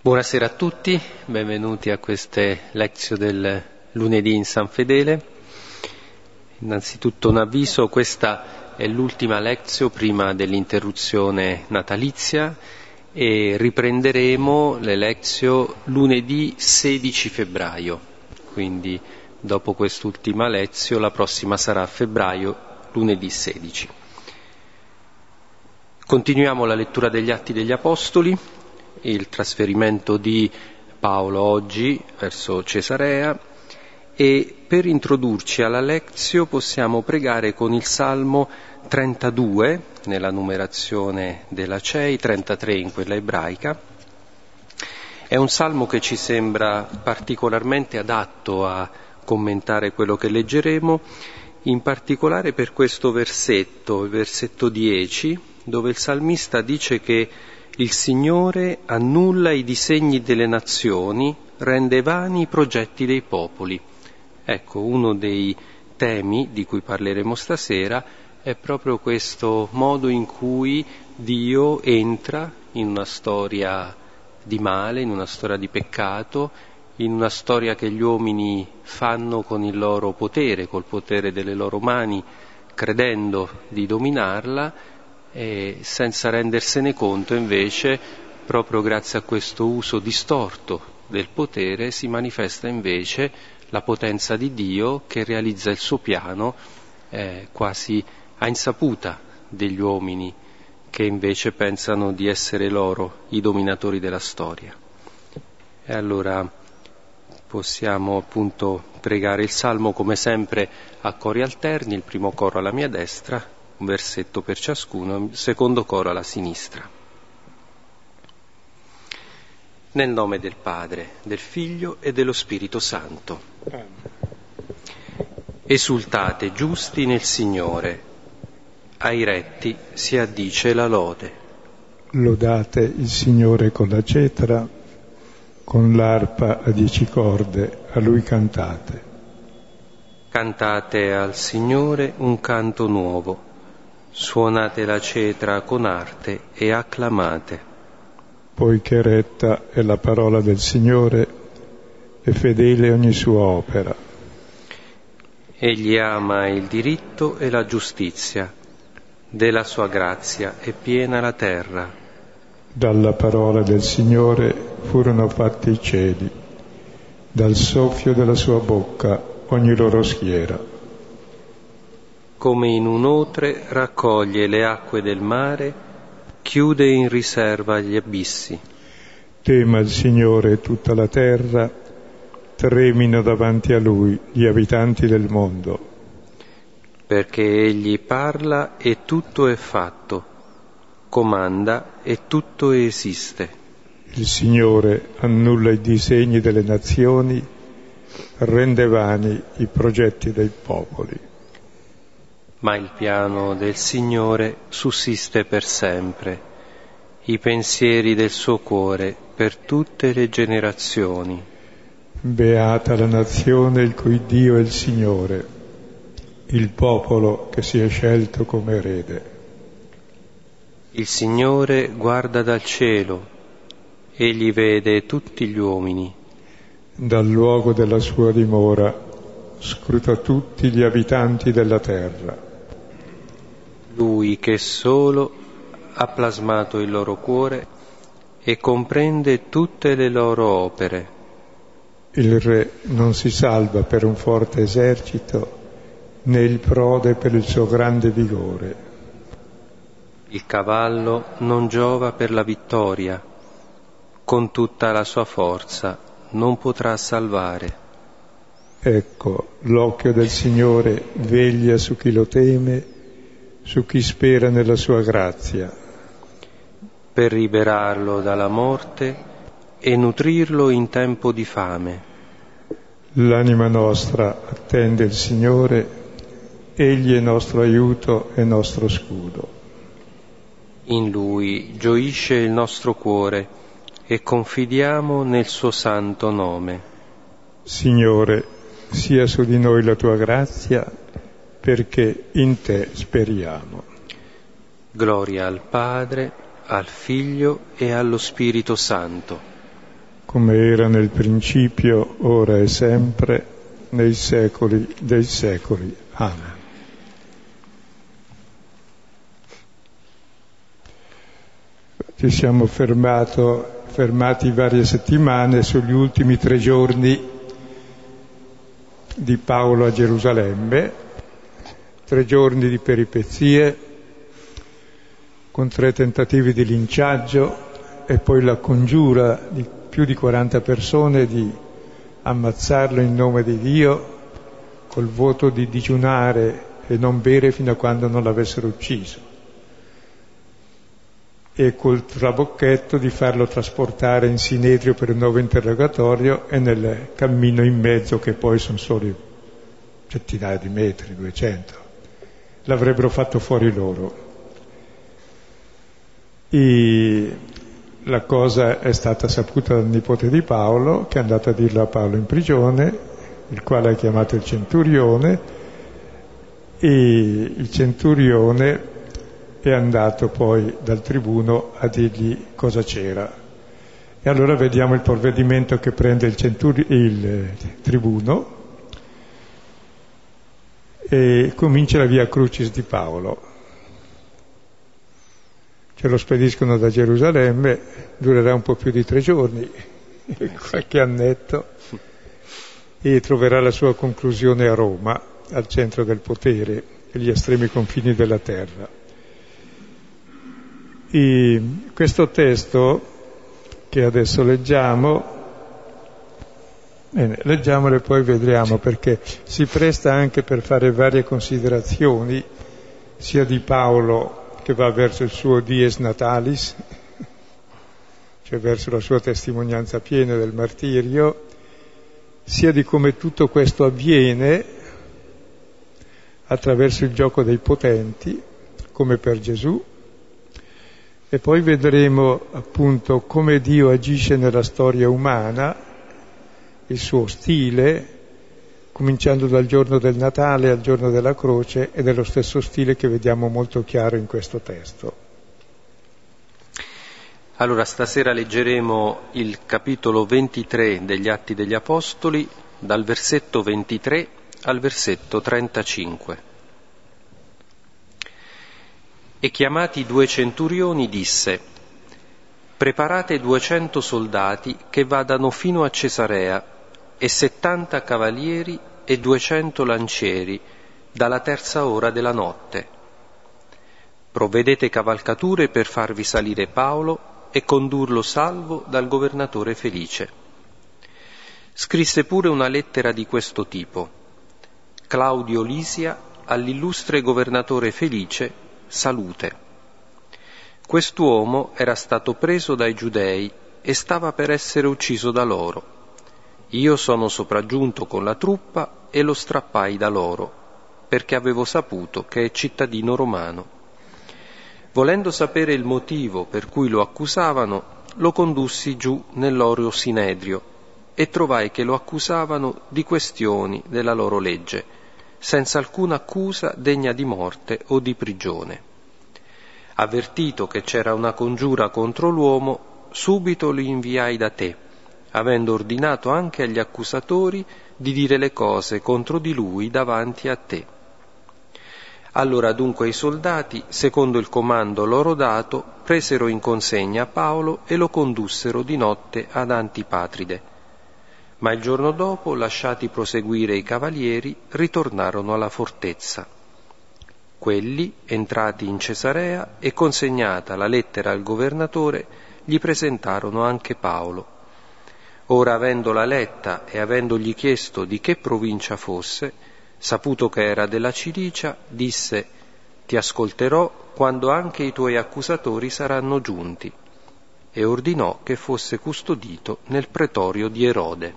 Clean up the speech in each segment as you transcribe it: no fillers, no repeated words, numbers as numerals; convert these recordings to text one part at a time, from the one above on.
Buonasera a tutti, benvenuti a queste lezioni del lunedì in San Fedele. Innanzitutto un avviso: questa è l'ultima lezione prima dell'interruzione natalizia e riprenderemo le lezioni lunedì 16 febbraio, quindi dopo quest'ultima lezione la prossima sarà a febbraio, lunedì 16. Continuiamo la lettura degli Atti degli Apostoli. Il trasferimento di Paolo oggi verso Cesarea, e per introdurci alla lezione possiamo pregare con il Salmo 32 nella numerazione della CEI, 33 in quella ebraica. È un salmo che ci sembra particolarmente adatto a commentare quello che leggeremo, in particolare per questo versetto, il versetto 10, dove il salmista dice che il Signore annulla i disegni delle nazioni, rende vani i progetti dei popoli. Ecco, uno dei temi di cui parleremo stasera è proprio questo modo in cui Dio entra in una storia di male, in una storia di peccato, in una storia che gli uomini fanno con il loro potere, col potere delle loro mani, credendo di dominarla, e senza rendersene conto invece, proprio grazie a questo uso distorto del potere, si manifesta invece la potenza di Dio che realizza il suo piano quasi a insaputa degli uomini che invece pensano di essere loro i dominatori della storia. E allora possiamo appunto pregare il Salmo come sempre a cori alterni, il primo coro alla mia destra, un versetto per ciascuno, il secondo coro alla sinistra. Nel nome del Padre, del Figlio e dello Spirito Santo. Esultate giusti nel Signore, ai retti si addice la lode. Lodate il Signore con la cetra, con l'arpa a 10 corde, a Lui cantate. Cantate al Signore un canto nuovo, suonate la cetra con arte e acclamate. Poiché retta è la parola del Signore e fedele ogni sua opera. Egli ama il diritto e la giustizia, della sua grazia è piena la terra. Dalla parola del Signore furono fatti i cieli, dal soffio della sua bocca ogni loro schiera. Come in un otre raccoglie le acque del mare, chiude in riserva gli abissi. Tema il Signore tutta la terra, tremino davanti a Lui gli abitanti del mondo. Perché Egli parla e tutto è fatto, comanda e tutto esiste. Il Signore annulla i disegni delle nazioni, rende vani i progetti dei popoli. Ma il piano del Signore sussiste per sempre, i pensieri del suo cuore per tutte le generazioni. Beata la nazione il cui Dio è il Signore, il popolo che si è scelto come erede. Il Signore guarda dal cielo, egli vede tutti gli uomini. Dal luogo della sua dimora scruta tutti gli abitanti della terra. Lui che solo ha plasmato il loro cuore e comprende tutte le loro opere. Il re non si salva per un forte esercito, né il prode per il suo grande vigore. Il cavallo non giova per la vittoria, con tutta la sua forza non potrà salvare. Ecco, l'occhio del Signore veglia su chi lo teme, su chi spera nella sua grazia, per liberarlo dalla morte e nutrirlo in tempo di fame. L'anima nostra attende il Signore, Egli è nostro aiuto e nostro scudo. In Lui gioisce il nostro cuore e confidiamo nel suo santo nome. Signore, sia su di noi la tua grazia, perché in te speriamo. Gloria al Padre, al Figlio e allo Spirito Santo. come era nel principio, ora e sempre, nei secoli dei secoli. Amen. Ci siamo fermati varie settimane sugli ultimi 3 giorni di Paolo a Gerusalemme, 3 giorni di peripezie, con 3 tentativi di linciaggio e poi la congiura di più di 40 persone di ammazzarlo in nome di Dio, col voto di digiunare e non bere fino a quando non l'avessero ucciso, e col trabocchetto di farlo trasportare in Sinedrio per un nuovo interrogatorio e nel cammino in mezzo, che poi sono solo centinaia di metri, 200, l'avrebbero fatto fuori loro. La cosa è stata saputa dal nipote di Paolo, che è andato a dirlo a Paolo in prigione, il quale ha chiamato il centurione, e il centurione è andato poi dal tribuno a dirgli cosa c'era. E allora vediamo il provvedimento che prende il tribuno e comincia la via crucis di Paolo. Ce lo spediscono da Gerusalemme, durerà un po' più di 3 giorni, qualche annetto, e troverà la sua conclusione a Roma, al centro del potere, agli estremi confini della terra. E questo testo che adesso leggiamolo e poi vedremo, perché si presta anche per fare varie considerazioni, sia di Paolo che va verso il suo dies natalis, cioè verso la sua testimonianza piena del martirio, sia di come tutto questo avviene attraverso il gioco dei potenti, come per Gesù, e poi vedremo appunto come Dio agisce nella storia umana, il suo stile, cominciando dal giorno del Natale al giorno della croce, ed è lo stesso stile che vediamo molto chiaro in questo testo. Allora, stasera leggeremo il capitolo 23 degli Atti degli Apostoli, dal versetto 23 al versetto 35. E chiamati 2 centurioni disse: preparate 200 soldati che vadano fino a Cesarea, e 70 cavalieri e 200 lancieri dalla 3ª ora della notte. Provvedete cavalcature per farvi salire Paolo e condurlo salvo dal governatore Felice. Scrisse pure una lettera di questo tipo: Claudio Lisia all'illustre governatore Felice, salute. Quest'uomo era stato preso dai giudei e stava per essere ucciso da loro. Io sono sopraggiunto con la truppa e lo strappai da loro, perché avevo saputo che è cittadino romano. Volendo sapere il motivo per cui lo accusavano, lo condussi giù nell'Oreo Sinedrio e trovai che lo accusavano di questioni della loro legge, senza alcuna accusa degna di morte o di prigione. Avvertito che c'era una congiura contro l'uomo, subito lo inviai da te, avendo ordinato anche agli accusatori di dire le cose contro di lui davanti a te. Allora dunque i soldati, secondo il comando loro dato, presero in consegna Paolo e lo condussero di notte ad Antipatride. Ma il giorno dopo, lasciati proseguire i cavalieri, ritornarono alla fortezza. Quelli, entrati in Cesarea e consegnata la lettera al governatore, gli presentarono anche Paolo. Ora, avendola letta e avendogli chiesto di che provincia fosse, saputo che era della Cilicia, disse: ti ascolterò quando anche i tuoi accusatori saranno giunti, e ordinò che fosse custodito nel pretorio di Erode.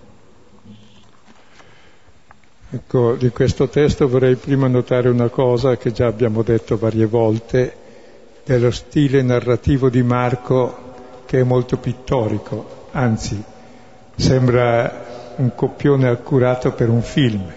Ecco, di questo testo vorrei prima notare una cosa che già abbiamo detto varie volte, dello stile narrativo di Marco, che è molto pittorico, anzi sembra un copione accurato per un film.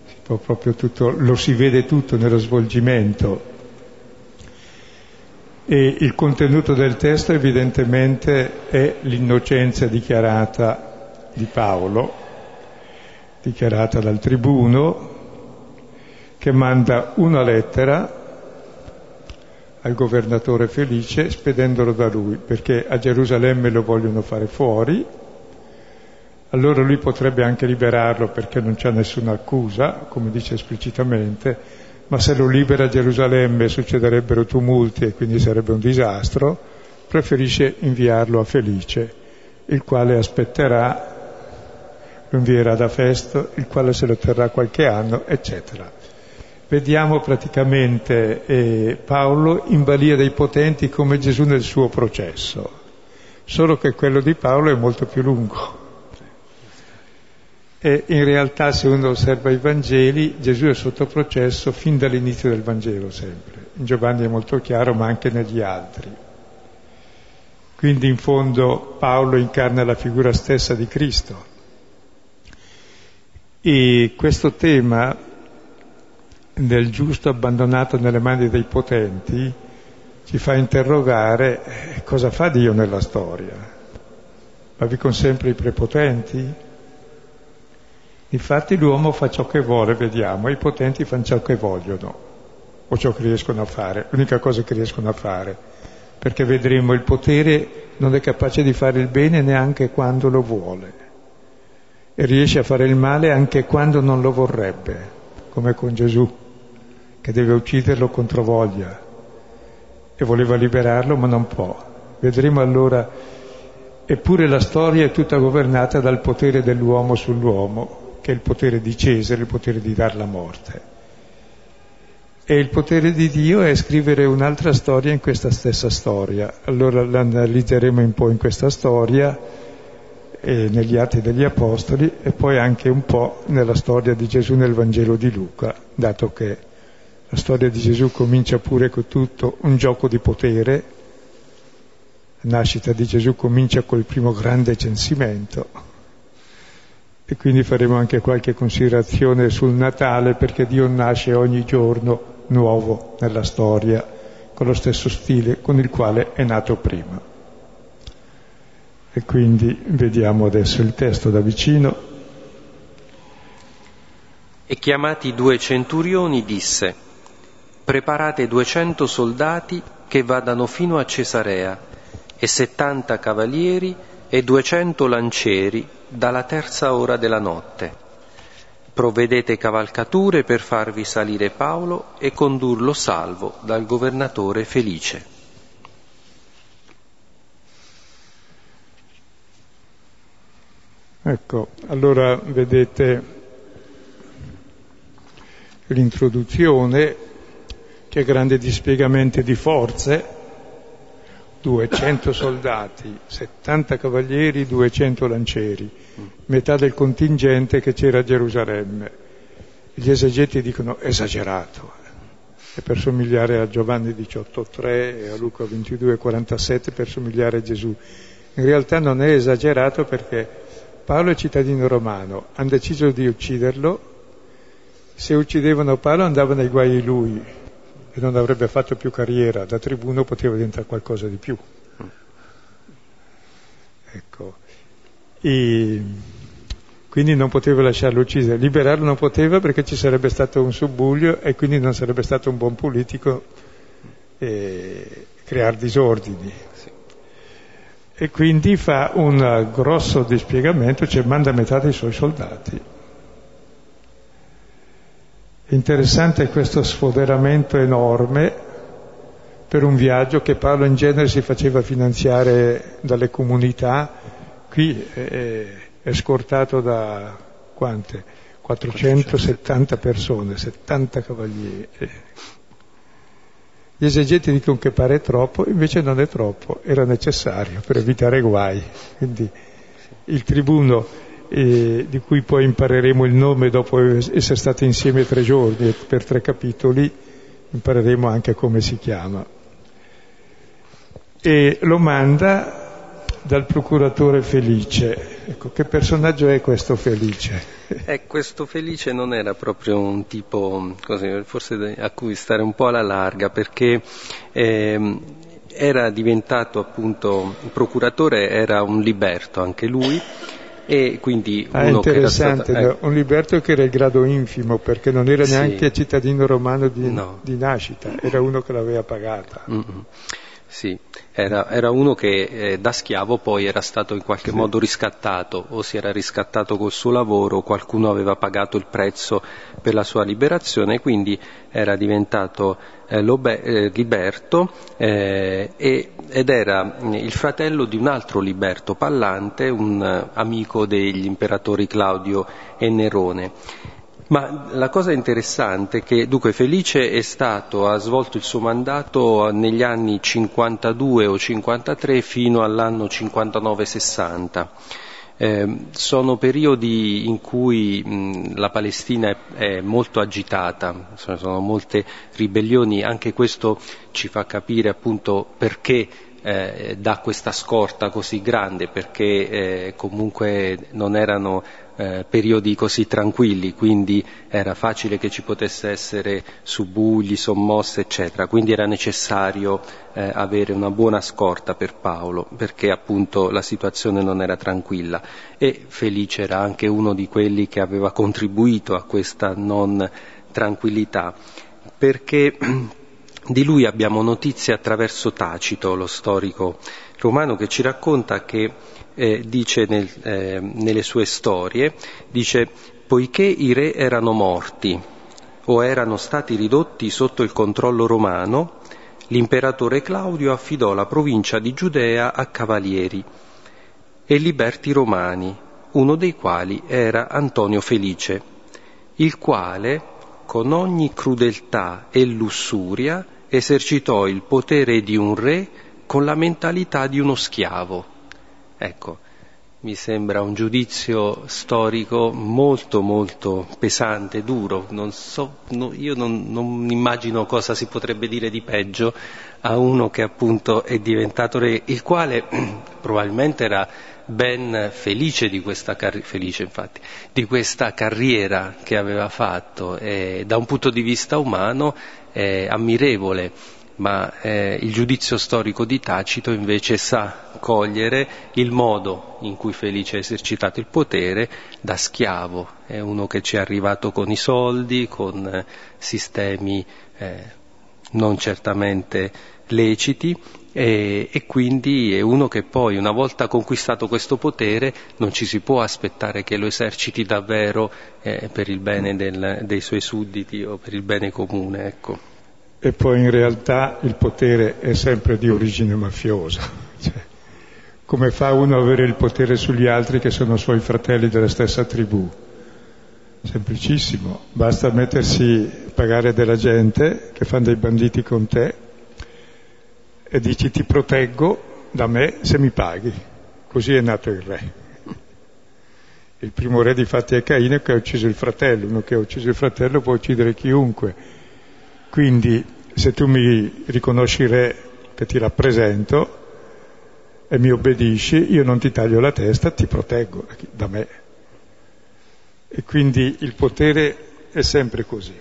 Proprio tutto, lo si vede tutto nello svolgimento. E il contenuto del testo evidentemente è l'innocenza dichiarata di Paolo, dichiarata dal tribuno, che manda una lettera al governatore Felice spedendolo da lui, perché a Gerusalemme lo vogliono fare fuori. Allora lui potrebbe anche liberarlo perché non c'è nessuna accusa, come dice esplicitamente, ma se lo libera a Gerusalemme succederebbero tumulti e quindi sarebbe un disastro. Preferisce inviarlo a Felice, il quale aspetterà, lo invierà da Festo, il quale se lo terrà qualche anno, eccetera. Vediamo praticamente Paolo in balia dei potenti come Gesù nel suo processo, solo che quello di Paolo è molto più lungo. E in realtà, se uno osserva i Vangeli, Gesù è sotto processo fin dall'inizio del Vangelo sempre. In Giovanni è molto chiaro, ma anche negli altri. Quindi in fondo Paolo incarna la figura stessa di Cristo. E questo tema del giusto abbandonato nelle mani dei potenti ci fa interrogare cosa fa Dio nella storia. Va con sempre i prepotenti? Infatti l'uomo fa ciò che vuole, vediamo, e i potenti fanno ciò che vogliono, o ciò che riescono a fare, l'unica cosa che riescono a fare, perché vedremo il potere non è capace di fare il bene neanche quando lo vuole, e riesce a fare il male anche quando non lo vorrebbe, come con Gesù, che deve ucciderlo contro voglia, e voleva liberarlo ma non può. Vedremo allora, eppure la storia è tutta governata dal potere dell'uomo sull'uomo, che è il potere di Cesare, il potere di dar la morte. E il potere di Dio è scrivere un'altra storia in questa stessa storia. Allora l'analizzeremo un po' in questa storia, negli Atti degli Apostoli, e poi anche un po' nella storia di Gesù nel Vangelo di Luca, dato che la storia di Gesù comincia pure con tutto un gioco di potere. La nascita di Gesù comincia col primo grande censimento. E quindi faremo anche qualche considerazione sul Natale, perché Dio nasce ogni giorno nuovo nella storia, con lo stesso stile con il quale è nato prima. E quindi vediamo adesso il testo da vicino. E chiamati 2 centurioni disse: preparate 200 soldati che vadano fino a Cesarea, e 70 cavalieri e 200 lancieri dalla 3ª ora della notte. Provvedete cavalcature per farvi salire Paolo e condurlo salvo dal governatore Felice. Ecco, allora vedete l'introduzione, che è grande dispiegamento di forze, 200 soldati, 70 cavalieri, 200 lancieri, metà del contingente che c'era a Gerusalemme. Gli esegeti dicono esagerato, è per somigliare a Giovanni 18,3 e a Luca 22,47, per somigliare a Gesù. In realtà non è esagerato, perché Paolo è cittadino romano, hanno deciso di ucciderlo. Se uccidevano Paolo andava nei guai di lui e non avrebbe fatto più carriera, da tribuno poteva diventare qualcosa di più. Ecco. E quindi non poteva lasciarlo uccidere, liberarlo non poteva perché ci sarebbe stato un subbuglio e quindi non sarebbe stato un buon politico creare disordini. E quindi fa un grosso dispiegamento, cioè manda metà dei suoi soldati. Interessante questo sfoderamento enorme per un viaggio che Paolo in genere si faceva finanziare dalle comunità. Qui è scortato da quante? 470 persone, 70 cavalieri. Gli esegeti dicono che pare troppo, invece non è troppo, era necessario per evitare guai. Quindi il tribuno, di cui poi impareremo il nome dopo essere stati insieme 3 giorni e per 3 capitoli impareremo anche come si chiama, e lo manda dal procuratore Felice. Ecco, che personaggio è questo Felice? Questo Felice non era proprio un tipo così, forse a cui stare un po' alla larga, perché era diventato appunto procuratore, era un liberto anche lui, e quindi uno interessante, che era stato, un liberto che era il grado infimo, perché non era neanche sì, cittadino romano no, di nascita, era uno che l'aveva pagata. Sì, era uno che da schiavo poi era stato in qualche modo riscattato, o si era riscattato col suo lavoro, qualcuno aveva pagato il prezzo per la sua liberazione, quindi era diventato liberto, ed era il fratello di un altro liberto Pallante, un amico degli imperatori Claudio e Nerone. Ma la cosa interessante è che, dunque, Felice ha svolto il suo mandato negli anni 52 o 53 fino all'anno 59-60. Sono periodi in cui la Palestina è molto agitata, sono molte ribellioni, anche questo ci fa capire appunto perché dà questa scorta così grande, perché comunque non erano periodi così tranquilli, quindi era facile che ci potesse essere subbuglio, sommosse, eccetera, quindi era necessario avere una buona scorta per Paolo, perché appunto la situazione non era tranquilla, e Felice era anche uno di quelli che aveva contribuito a questa non tranquillità, perché di lui abbiamo notizie attraverso Tacito, lo storico romano, che ci racconta che dice nelle sue storie, dice: poiché i re erano morti o erano stati ridotti sotto il controllo romano, l'imperatore Claudio affidò la provincia di Giudea a cavalieri e liberti romani, uno dei quali era Antonio Felice, il quale con ogni crudeltà e lussuria esercitò il potere di un re con la mentalità di uno schiavo. Ecco, mi sembra un giudizio storico molto molto pesante, duro. Io non immagino cosa si potrebbe dire di peggio a uno che appunto è diventato re, il quale probabilmente era ben felice di questa di questa carriera che aveva fatto, e da un punto di vista umano è ammirevole. Ma il giudizio storico di Tacito invece sa cogliere il modo in cui Felice ha esercitato il potere da schiavo. È uno che ci è arrivato con i soldi, con sistemi non certamente leciti, e quindi è uno che poi, una volta conquistato questo potere, non ci si può aspettare che lo eserciti davvero per il bene dei suoi sudditi o per il bene comune, ecco. E poi in realtà il potere è sempre di origine mafiosa. Cioè, come fa uno a avere il potere sugli altri che sono suoi fratelli della stessa tribù? Semplicissimo, basta pagare della gente che fanno dei banditi con te e dici: ti proteggo da me se mi paghi. Così è nato il re. Il primo re difatti è Caino, che ha ucciso il fratello. Uno che ha ucciso il fratello può uccidere chiunque. Quindi se tu mi riconosci re che ti rappresento e mi obbedisci, io non ti taglio la testa, ti proteggo da me. E quindi il potere è sempre così.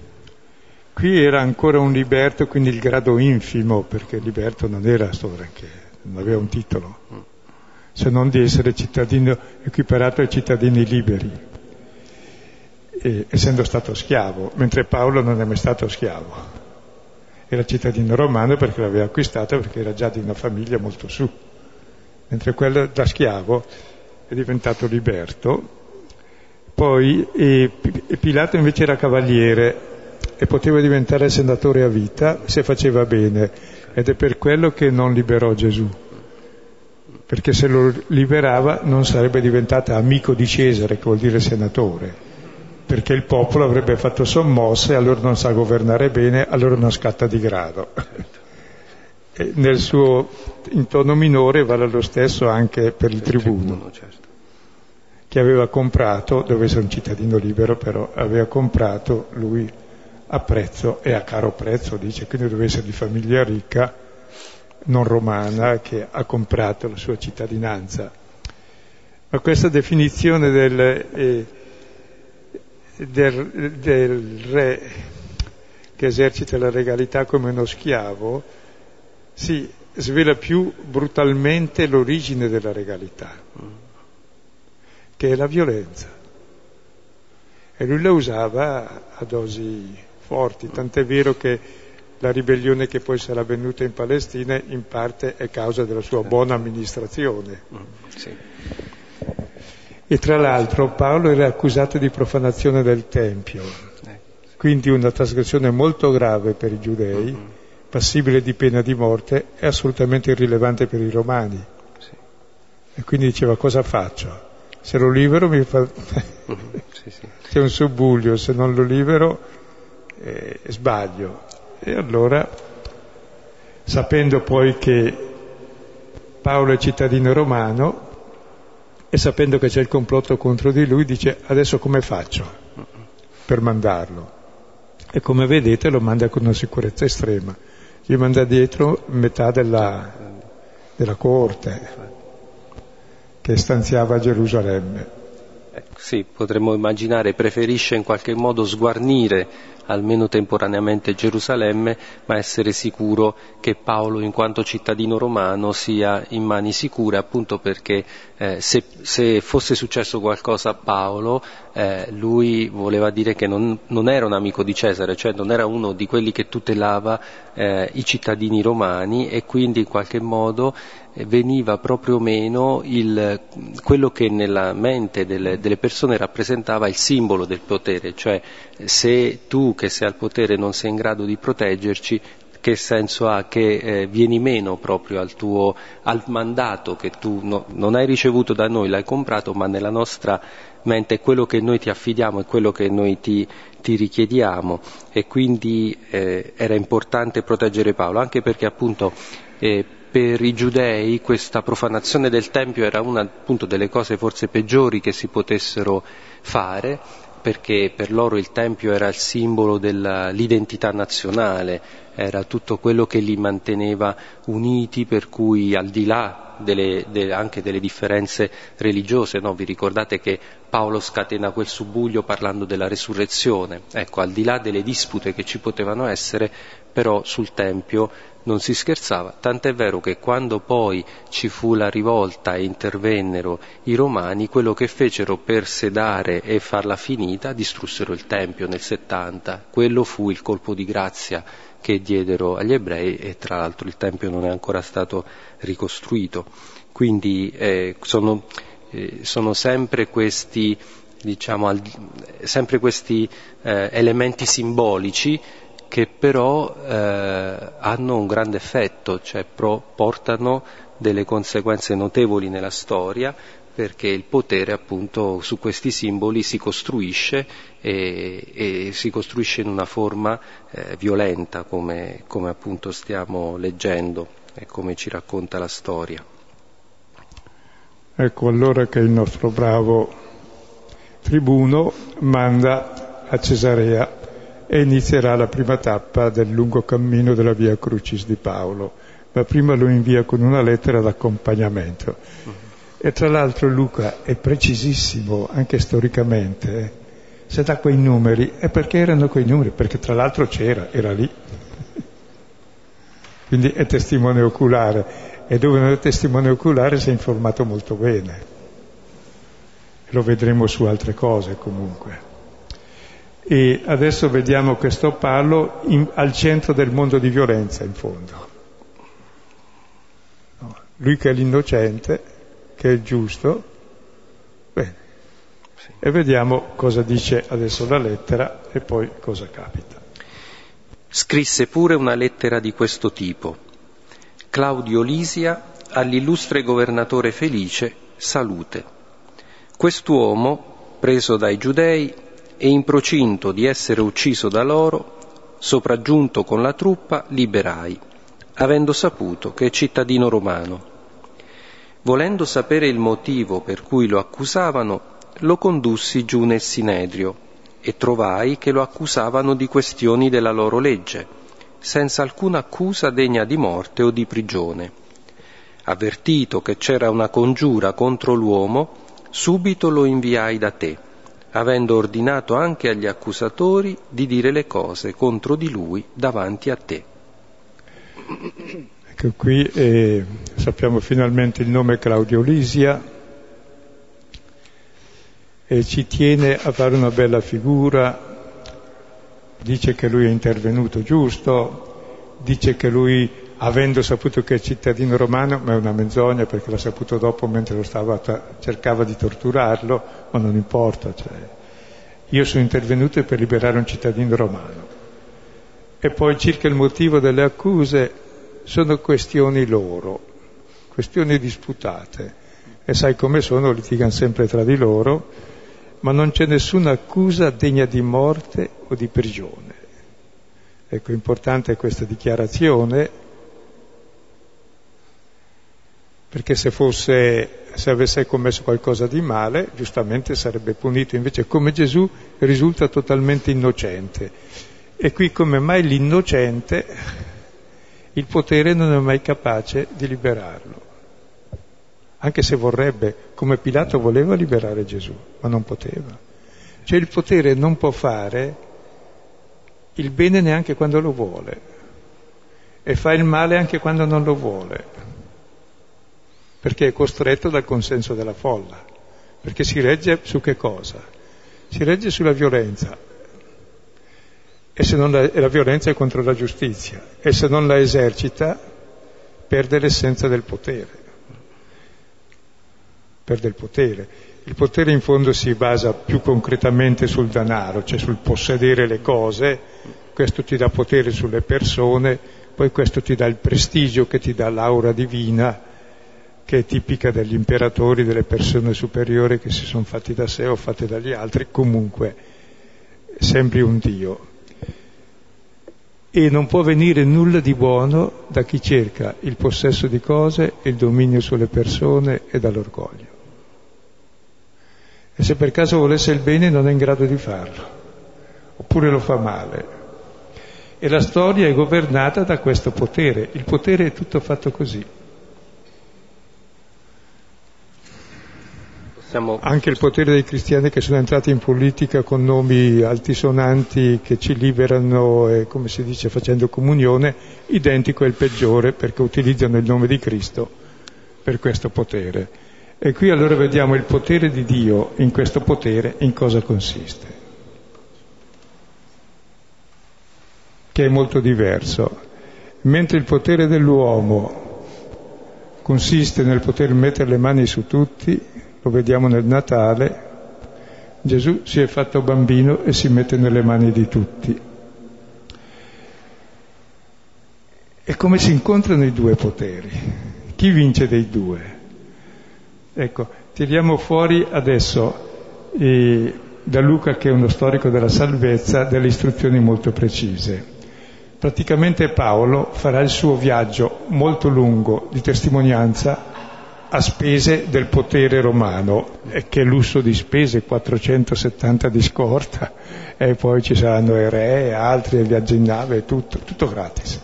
Qui era ancora un liberto, quindi il grado infimo, perché il liberto non era solo granché, non aveva un titolo, se non di essere cittadino equiparato ai cittadini liberi, essendo stato schiavo, mentre Paolo non è mai stato schiavo. Era cittadino romano perché l'aveva acquistato, perché era già di una famiglia molto su, mentre quello da schiavo è diventato liberto. Poi Pilato invece era cavaliere e poteva diventare senatore a vita se faceva bene, ed è per quello che non liberò Gesù, perché se lo liberava non sarebbe diventato amico di Cesare, che vuol dire senatore, perché il popolo avrebbe fatto sommosse, allora non sa governare bene, allora non scatta di grado. E nel suo in tono minore vale lo stesso anche per il tribuno, certo, che aveva comprato, doveva essere un cittadino libero, però aveva comprato lui a prezzo e a caro prezzo, dice, quindi doveva essere di famiglia ricca, non romana, che ha comprato la sua cittadinanza. Ma questa definizione del re che esercita la regalità come uno schiavo, sì, svela più brutalmente l'origine della regalità, che è la violenza. E lui la usava a dosi forti, tant'è vero che la ribellione che poi sarà venuta in Palestina in parte è causa della sua buona amministrazione. Sì. E tra l'altro Paolo era accusato di profanazione del Tempio, quindi una trasgressione molto grave per i giudei, passibile di pena di morte, è assolutamente irrilevante per i romani. Sì. E quindi diceva: cosa faccio? Se lo libero mi fa... Sì, sì. C'è un subbuglio, se non lo libero sbaglio. E allora, sapendo poi che Paolo è cittadino romano e sapendo che c'è il complotto contro di lui, dice: adesso come faccio per mandarlo? E come vedete lo manda con una sicurezza estrema. Gli manda dietro metà della coorte che stanziava a Gerusalemme. Sì, potremmo immaginare, preferisce in qualche modo sguarnire almeno temporaneamente Gerusalemme, ma essere sicuro che Paolo, in quanto cittadino romano, sia in mani sicure, appunto perché se fosse successo qualcosa a Paolo, lui voleva dire che non era un amico di Cesare, cioè non era uno di quelli che tutelava i cittadini romani, e quindi in qualche modo veniva proprio meno quello che nella mente delle persone rappresentava il simbolo del potere, cioè se tu che sei al potere non sei in grado di proteggerci, che senso ha che vieni meno proprio al mandato che tu non hai ricevuto da noi, l'hai comprato, ma nella nostra mente è quello che noi ti affidiamo, è quello che noi ti richiediamo, e quindi era importante proteggere Paolo, anche perché appunto per i giudei questa profanazione del Tempio era una appunto delle cose forse peggiori che si potessero fare, perché per loro il Tempio era il simbolo dell'identità nazionale, era tutto quello che li manteneva uniti, per cui al di là anche delle differenze religiose, no? Vi ricordate che Paolo scatena quel subbuglio parlando della resurrezione? Ecco, al di là delle dispute che ci potevano essere, però sul Tempio non si scherzava, tant'è vero che quando poi ci fu la rivolta e intervennero i romani, quello che fecero per sedare e farla finita, distrussero il Tempio nel 70, quello fu il colpo di grazia che diedero agli ebrei, e tra l'altro il Tempio non è ancora stato ricostruito. Quindi sono sempre questi, elementi simbolici che però hanno un grande effetto, cioè portano delle conseguenze notevoli nella storia, perché il potere appunto su questi simboli si costruisce e si costruisce in una forma violenta, come appunto stiamo leggendo e come ci racconta la storia. Ecco allora che il nostro bravo tribuno manda a Cesarea e inizierà la prima tappa del lungo cammino della Via Crucis di Paolo, ma prima lo invia con una lettera d'accompagnamento. E tra l'altro Luca è precisissimo anche storicamente, se dà quei numeri è perché erano quei numeri, perché tra l'altro era lì, quindi è testimone oculare, e dove non è testimone oculare si è informato molto bene, lo vedremo su altre cose comunque. E adesso vediamo questo Paolo al centro del mondo di violenza, in fondo. No, lui che è l'innocente, che è il giusto. Bene. Sì. E vediamo cosa dice adesso la lettera e poi cosa capita. Scrisse pure una lettera di questo tipo: Claudio Lisia all'illustre governatore Felice, salute. Quest'uomo, preso dai giudei e in procinto di essere ucciso da loro, sopraggiunto con la truppa, liberai, avendo saputo che è cittadino romano. Volendo sapere il motivo per cui lo accusavano, lo condussi giù nel Sinedrio e trovai che lo accusavano di questioni della loro legge, senza alcuna accusa degna di morte o di prigione. Avvertito che c'era una congiura contro l'uomo, subito lo inviai da te, avendo ordinato anche agli accusatori di dire le cose contro di lui davanti a te. Ecco, qui sappiamo finalmente il nome Claudio Lisia, e ci tiene a fare una bella figura, dice che lui è intervenuto giusto, dice che lui, avendo saputo che è cittadino romano, ma è una menzogna perché l'ha saputo dopo mentre cercava di torturarlo, ma non importa, cioè, io sono intervenuto per liberare un cittadino romano. E poi circa il motivo delle accuse, sono questioni loro, questioni disputate, e sai come sono, litigano sempre tra di loro, ma non c'è nessuna accusa degna di morte o di prigione. Ecco, importante è questa dichiarazione, perché se avesse commesso qualcosa di male, giustamente sarebbe punito, invece come Gesù risulta totalmente innocente. E qui come mai l'innocente, il potere non è mai capace di liberarlo, anche se vorrebbe, come Pilato voleva liberare Gesù, ma non poteva. Cioè il potere non può fare il bene neanche quando lo vuole, e fa il male anche quando non lo vuole, perché è costretto dal consenso della folla, perché si regge su che cosa? Si regge sulla violenza, e la violenza è contro la giustizia, e se non la esercita perde l'essenza del potere, perde il potere. Il potere in fondo si basa più concretamente sul denaro, cioè sul possedere le cose, questo ti dà potere sulle persone, poi questo ti dà il prestigio che ti dà l'aura divina, che è tipica degli imperatori, delle persone superiori che si sono fatti da sé o fatte dagli altri, comunque sembri un Dio. E non può venire nulla di buono da chi cerca il possesso di cose, il dominio sulle persone e dall'orgoglio. E se per caso volesse il bene non è in grado di farlo, oppure lo fa male. E la storia è governata da questo potere. Il potere è tutto fatto così. Anche il potere dei cristiani che sono entrati in politica con nomi altisonanti che ci liberano, e come si dice, facendo comunione, identico è il peggiore, perché utilizzano il nome di Cristo per questo potere. E qui allora vediamo il potere di Dio in questo potere, in cosa consiste, che è molto diverso. Mentre il potere dell'uomo consiste nel poter mettere le mani su tutti, lo vediamo nel Natale, Gesù si è fatto bambino e si mette nelle mani di tutti. E come si incontrano i due poteri? Chi vince dei due? Ecco, tiriamo fuori adesso da Luca, che è uno storico della salvezza, delle istruzioni molto precise. Praticamente Paolo farà il suo viaggio molto lungo di testimonianza a spese del potere romano, e che lusso di spese, 470 di scorta, e poi ci saranno i re e altri, e viaggi in nave, tutto gratis.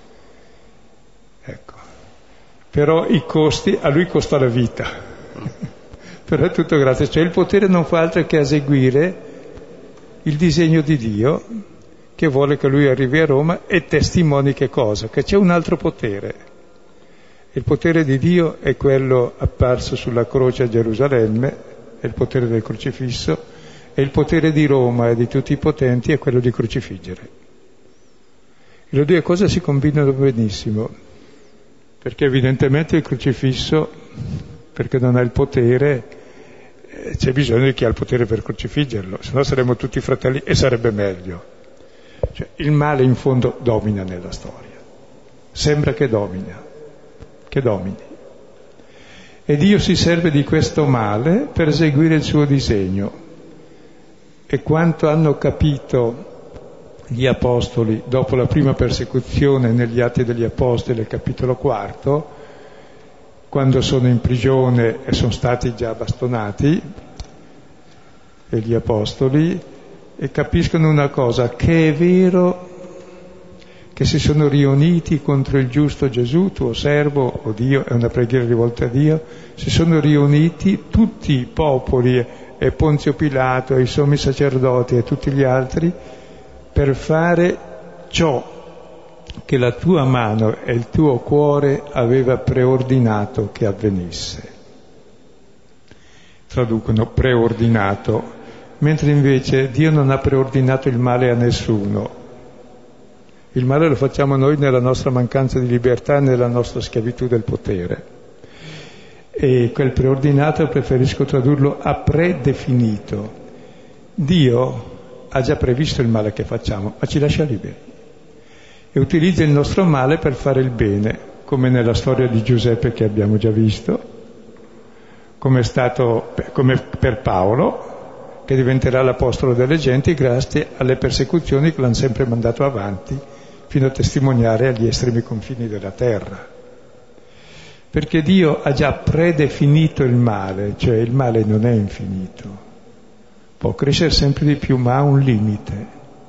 Ecco. Però i costi, a lui costa la vita, però è tutto gratis, cioè il potere non fa altro che eseguire il disegno di Dio, che vuole che lui arrivi a Roma e testimoni che cosa? Che c'è un altro potere. Il potere di Dio è quello apparso sulla croce a Gerusalemme, è il potere del crocifisso, e il potere di Roma e di tutti i potenti è quello di crocifiggere. E le due cose si combinano benissimo, perché evidentemente il crocifisso, perché non ha il potere, c'è bisogno di chi ha il potere per crocifiggerlo, se no saremmo tutti fratelli e sarebbe meglio. Cioè, il male in fondo domina nella storia, sembra che domini. E Dio si serve di questo male per eseguire il suo disegno. E quanto hanno capito gli apostoli dopo la prima persecuzione negli Atti degli Apostoli, capitolo 4, quando sono in prigione e sono stati già bastonati, e gli apostoli, e capiscono una cosa, che è vero che si sono riuniti contro il giusto Gesù, tuo servo, o Dio, è una preghiera rivolta a Dio, si sono riuniti tutti i popoli, e Ponzio Pilato, e i sommi sacerdoti, e tutti gli altri, per fare ciò che la tua mano e il tuo cuore aveva preordinato che avvenisse. Traducono preordinato, mentre invece Dio non ha preordinato il male a nessuno. Il male lo facciamo noi nella nostra mancanza di libertà, nella nostra schiavitù del potere. E quel preordinato preferisco tradurlo a predefinito. Dio ha già previsto il male che facciamo, ma ci lascia liberi. E utilizza il nostro male per fare il bene, come nella storia di Giuseppe che abbiamo già visto, come per Paolo, che diventerà l'apostolo delle genti grazie alle persecuzioni che l'hanno sempre mandato avanti fino a testimoniare agli estremi confini della terra. Perché Dio ha già predefinito il male, cioè il male non è infinito, può crescere sempre di più, ma ha un limite.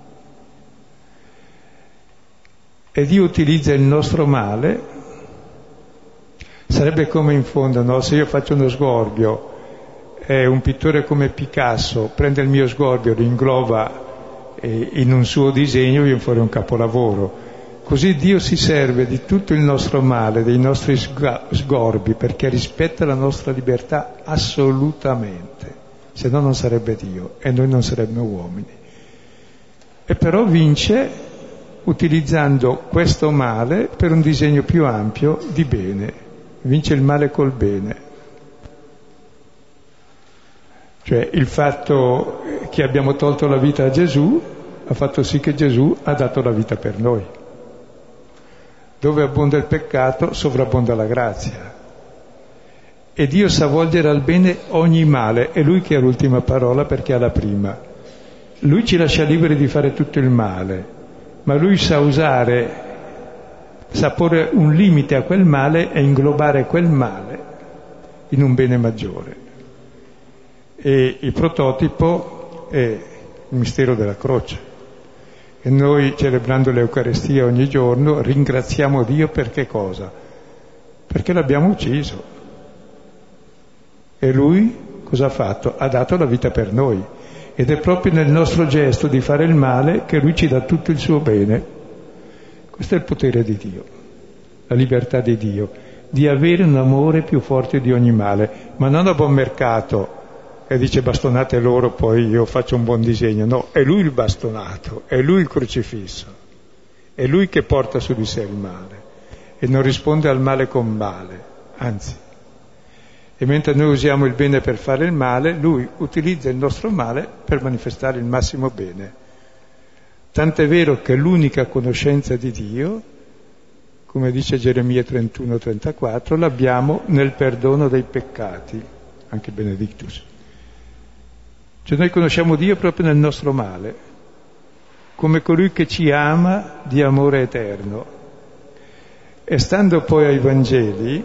E Dio utilizza il nostro male, sarebbe come in fondo, no? Se io faccio uno sgorbio, un pittore come Picasso prende il mio sgorbio, lo ingloba in un suo disegno, viene fuori un capolavoro. Così Dio si serve di tutto il nostro male, dei nostri sgorbi, perché rispetta la nostra libertà assolutamente, se no non sarebbe Dio e noi non saremmo uomini. E però vince utilizzando questo male per un disegno più ampio di bene, vince il male col bene. Cioè il fatto che abbiamo tolto la vita a Gesù ha fatto sì che Gesù ha dato la vita per noi. Dove abbonda il peccato, sovrabbonda la grazia. E Dio sa volgere al bene ogni male, è Lui che ha l'ultima parola perché ha la prima. Lui ci lascia liberi di fare tutto il male, ma Lui sa porre un limite a quel male e inglobare quel male in un bene maggiore. E il prototipo è il mistero della croce. E noi, celebrando l'Eucarestia ogni giorno, ringraziamo Dio per che cosa? Perché l'abbiamo ucciso. E Lui cosa ha fatto? Ha dato la vita per noi. Ed è proprio nel nostro gesto di fare il male che Lui ci dà tutto il suo bene. Questo è il potere di Dio, la libertà di Dio, di avere un amore più forte di ogni male, ma non a buon mercato. E dice bastonate loro, poi io faccio un buon disegno. No, è Lui il bastonato, è Lui il crocifisso, è Lui che porta su di sé il male e non risponde al male con male, anzi. E mentre noi usiamo il bene per fare il male, Lui utilizza il nostro male per manifestare il massimo bene. Tant'è vero che l'unica conoscenza di Dio, come dice Geremia 31-34, l'abbiamo nel perdono dei peccati, anche Benedictus. Cioè noi conosciamo Dio proprio nel nostro male, come colui che ci ama di amore eterno. E stando poi ai Vangeli,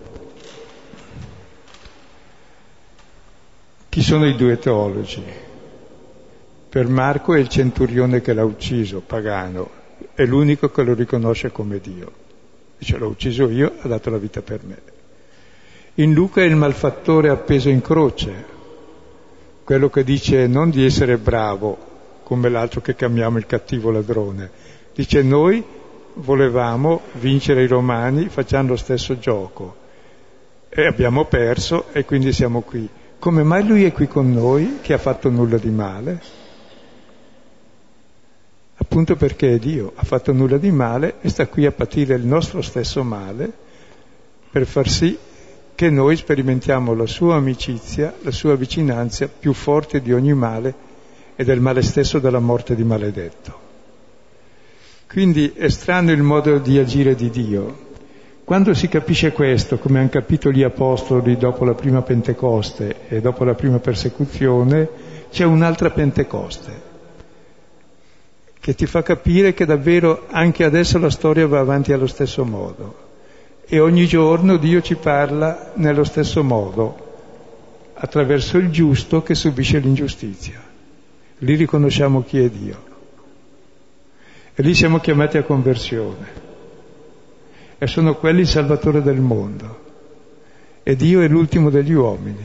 chi sono i due teologi? Per Marco è il centurione che l'ha ucciso, pagano, è l'unico che lo riconosce come Dio. Dice, l'ho ucciso io, ha dato la vita per me. In Luca è il malfattore appeso in croce, quello che dice non di essere bravo, come l'altro che chiamiamo il cattivo ladrone. Dice noi volevamo vincere i romani facendo lo stesso gioco e abbiamo perso e quindi siamo qui. Come mai lui è qui con noi, che ha fatto nulla di male? Appunto perché è Dio, ha fatto nulla di male e sta qui a patire il nostro stesso male per far sì che noi sperimentiamo la sua amicizia, la sua vicinanza più forte di ogni male e del male stesso della morte di maledetto. Quindi è strano il modo di agire di Dio. Quando si capisce questo, come hanno capito gli apostoli dopo la prima Pentecoste e dopo la prima persecuzione, c'è un'altra Pentecoste che ti fa capire che davvero anche adesso la storia va avanti allo stesso modo. E ogni giorno Dio ci parla nello stesso modo, attraverso il giusto che subisce l'ingiustizia. Lì riconosciamo chi è Dio. E lì siamo chiamati a conversione. E sono quelli il Salvatore del mondo. E Dio è l'ultimo degli uomini.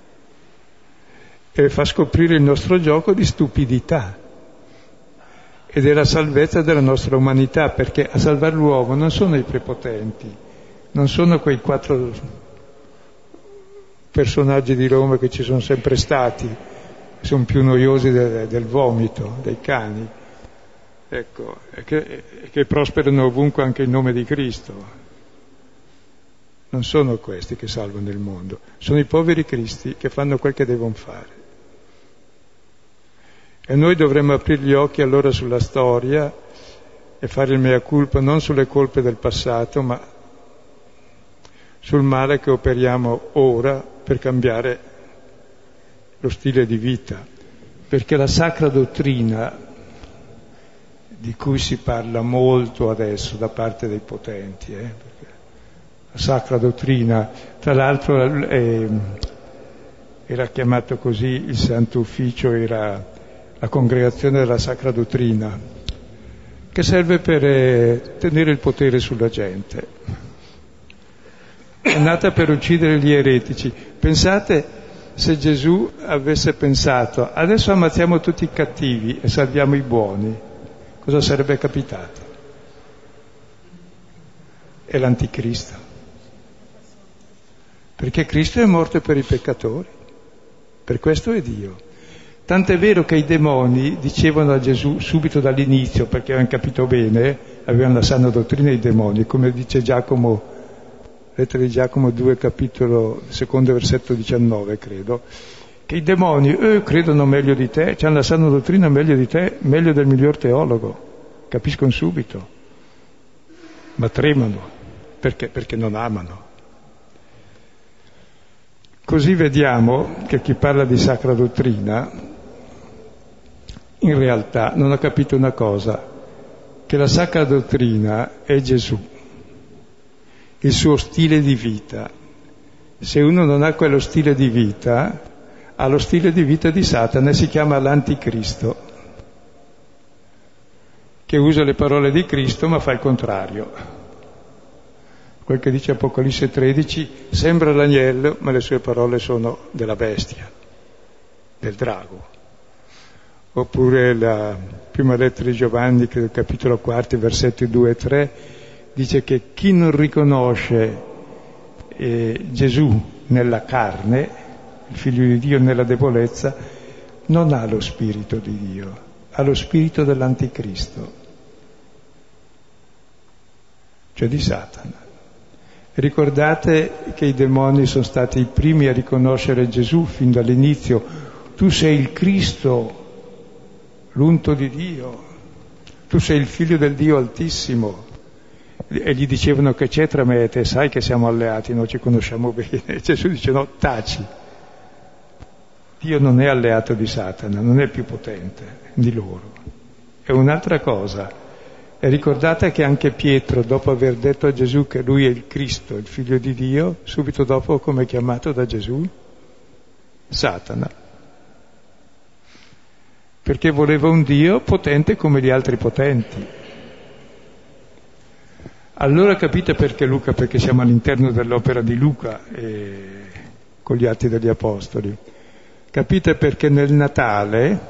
E fa scoprire il nostro gioco di stupidità. ed è la salvezza della nostra umanità, perché a salvare l'uomo non sono i prepotenti, non sono quei 4 personaggi di Roma che ci sono sempre stati, sono più noiosi del vomito, dei cani, ecco, che prosperano ovunque anche in nome di Cristo. Non sono questi che salvano il mondo, sono i poveri cristi che fanno quel che devono fare. E noi dovremmo aprire gli occhi allora sulla storia e fare il mea culpa non sulle colpe del passato, ma sul male che operiamo ora per cambiare lo stile di vita. Perché la sacra dottrina, di cui si parla molto adesso da parte dei potenti, la sacra dottrina, tra l'altro era chiamato così il Santo Ufficio, era la congregazione della Sacra Dottrina, che serve per tenere il potere sulla gente. È nata per uccidere gli eretici. Pensate se Gesù avesse pensato adesso ammazziamo tutti i cattivi e salviamo i buoni, cosa sarebbe capitato? È l'anticristo. Perché Cristo è morto per i peccatori, per questo è Dio. Tant'è vero che i demoni dicevano a Gesù subito dall'inizio, perché avevano capito bene, avevano la sana dottrina i demoni, come dice Giacomo, lettera di Giacomo 2, capitolo 2, versetto 19, credo, che i demoni credono meglio di te, hanno la sana dottrina meglio di te, meglio del miglior teologo, capiscono subito, ma tremano, perché non amano. Così vediamo che chi parla di sacra dottrina in realtà non ha capito una cosa, che la sacra dottrina è Gesù, il suo stile di vita. Se uno non ha quello stile di vita, ha lo stile di vita di Satana e si chiama l'anticristo, che usa le parole di Cristo ma fa il contrario. Quel che dice Apocalisse 13, sembra l'agnello, ma le sue parole sono della bestia, del drago. Oppure la prima lettera di Giovanni, che è il capitolo 4, versetti 2 e 3, dice che chi non riconosce Gesù nella carne, il Figlio di Dio nella debolezza, non ha lo Spirito di Dio, ha lo spirito dell'anticristo, cioè di Satana. Ricordate che i demoni sono stati i primi a riconoscere Gesù fin dall'inizio. Tu sei il Cristo, l'unto di Dio, tu sei il figlio del Dio Altissimo. E gli dicevano che c'è tra me e te, sai che siamo alleati, noi ci conosciamo bene. E Gesù dice no, taci. Dio non è alleato di Satana, non è più potente di loro. È un'altra cosa. E ricordate che anche Pietro, dopo aver detto a Gesù che lui è il Cristo, il figlio di Dio, subito dopo come è chiamato da Gesù? Satana. Perché voleva un Dio potente come gli altri potenti. Allora capite perché Luca? Perché siamo all'interno dell'opera di Luca con gli Atti degli Apostoli. Capite perché nel Natale,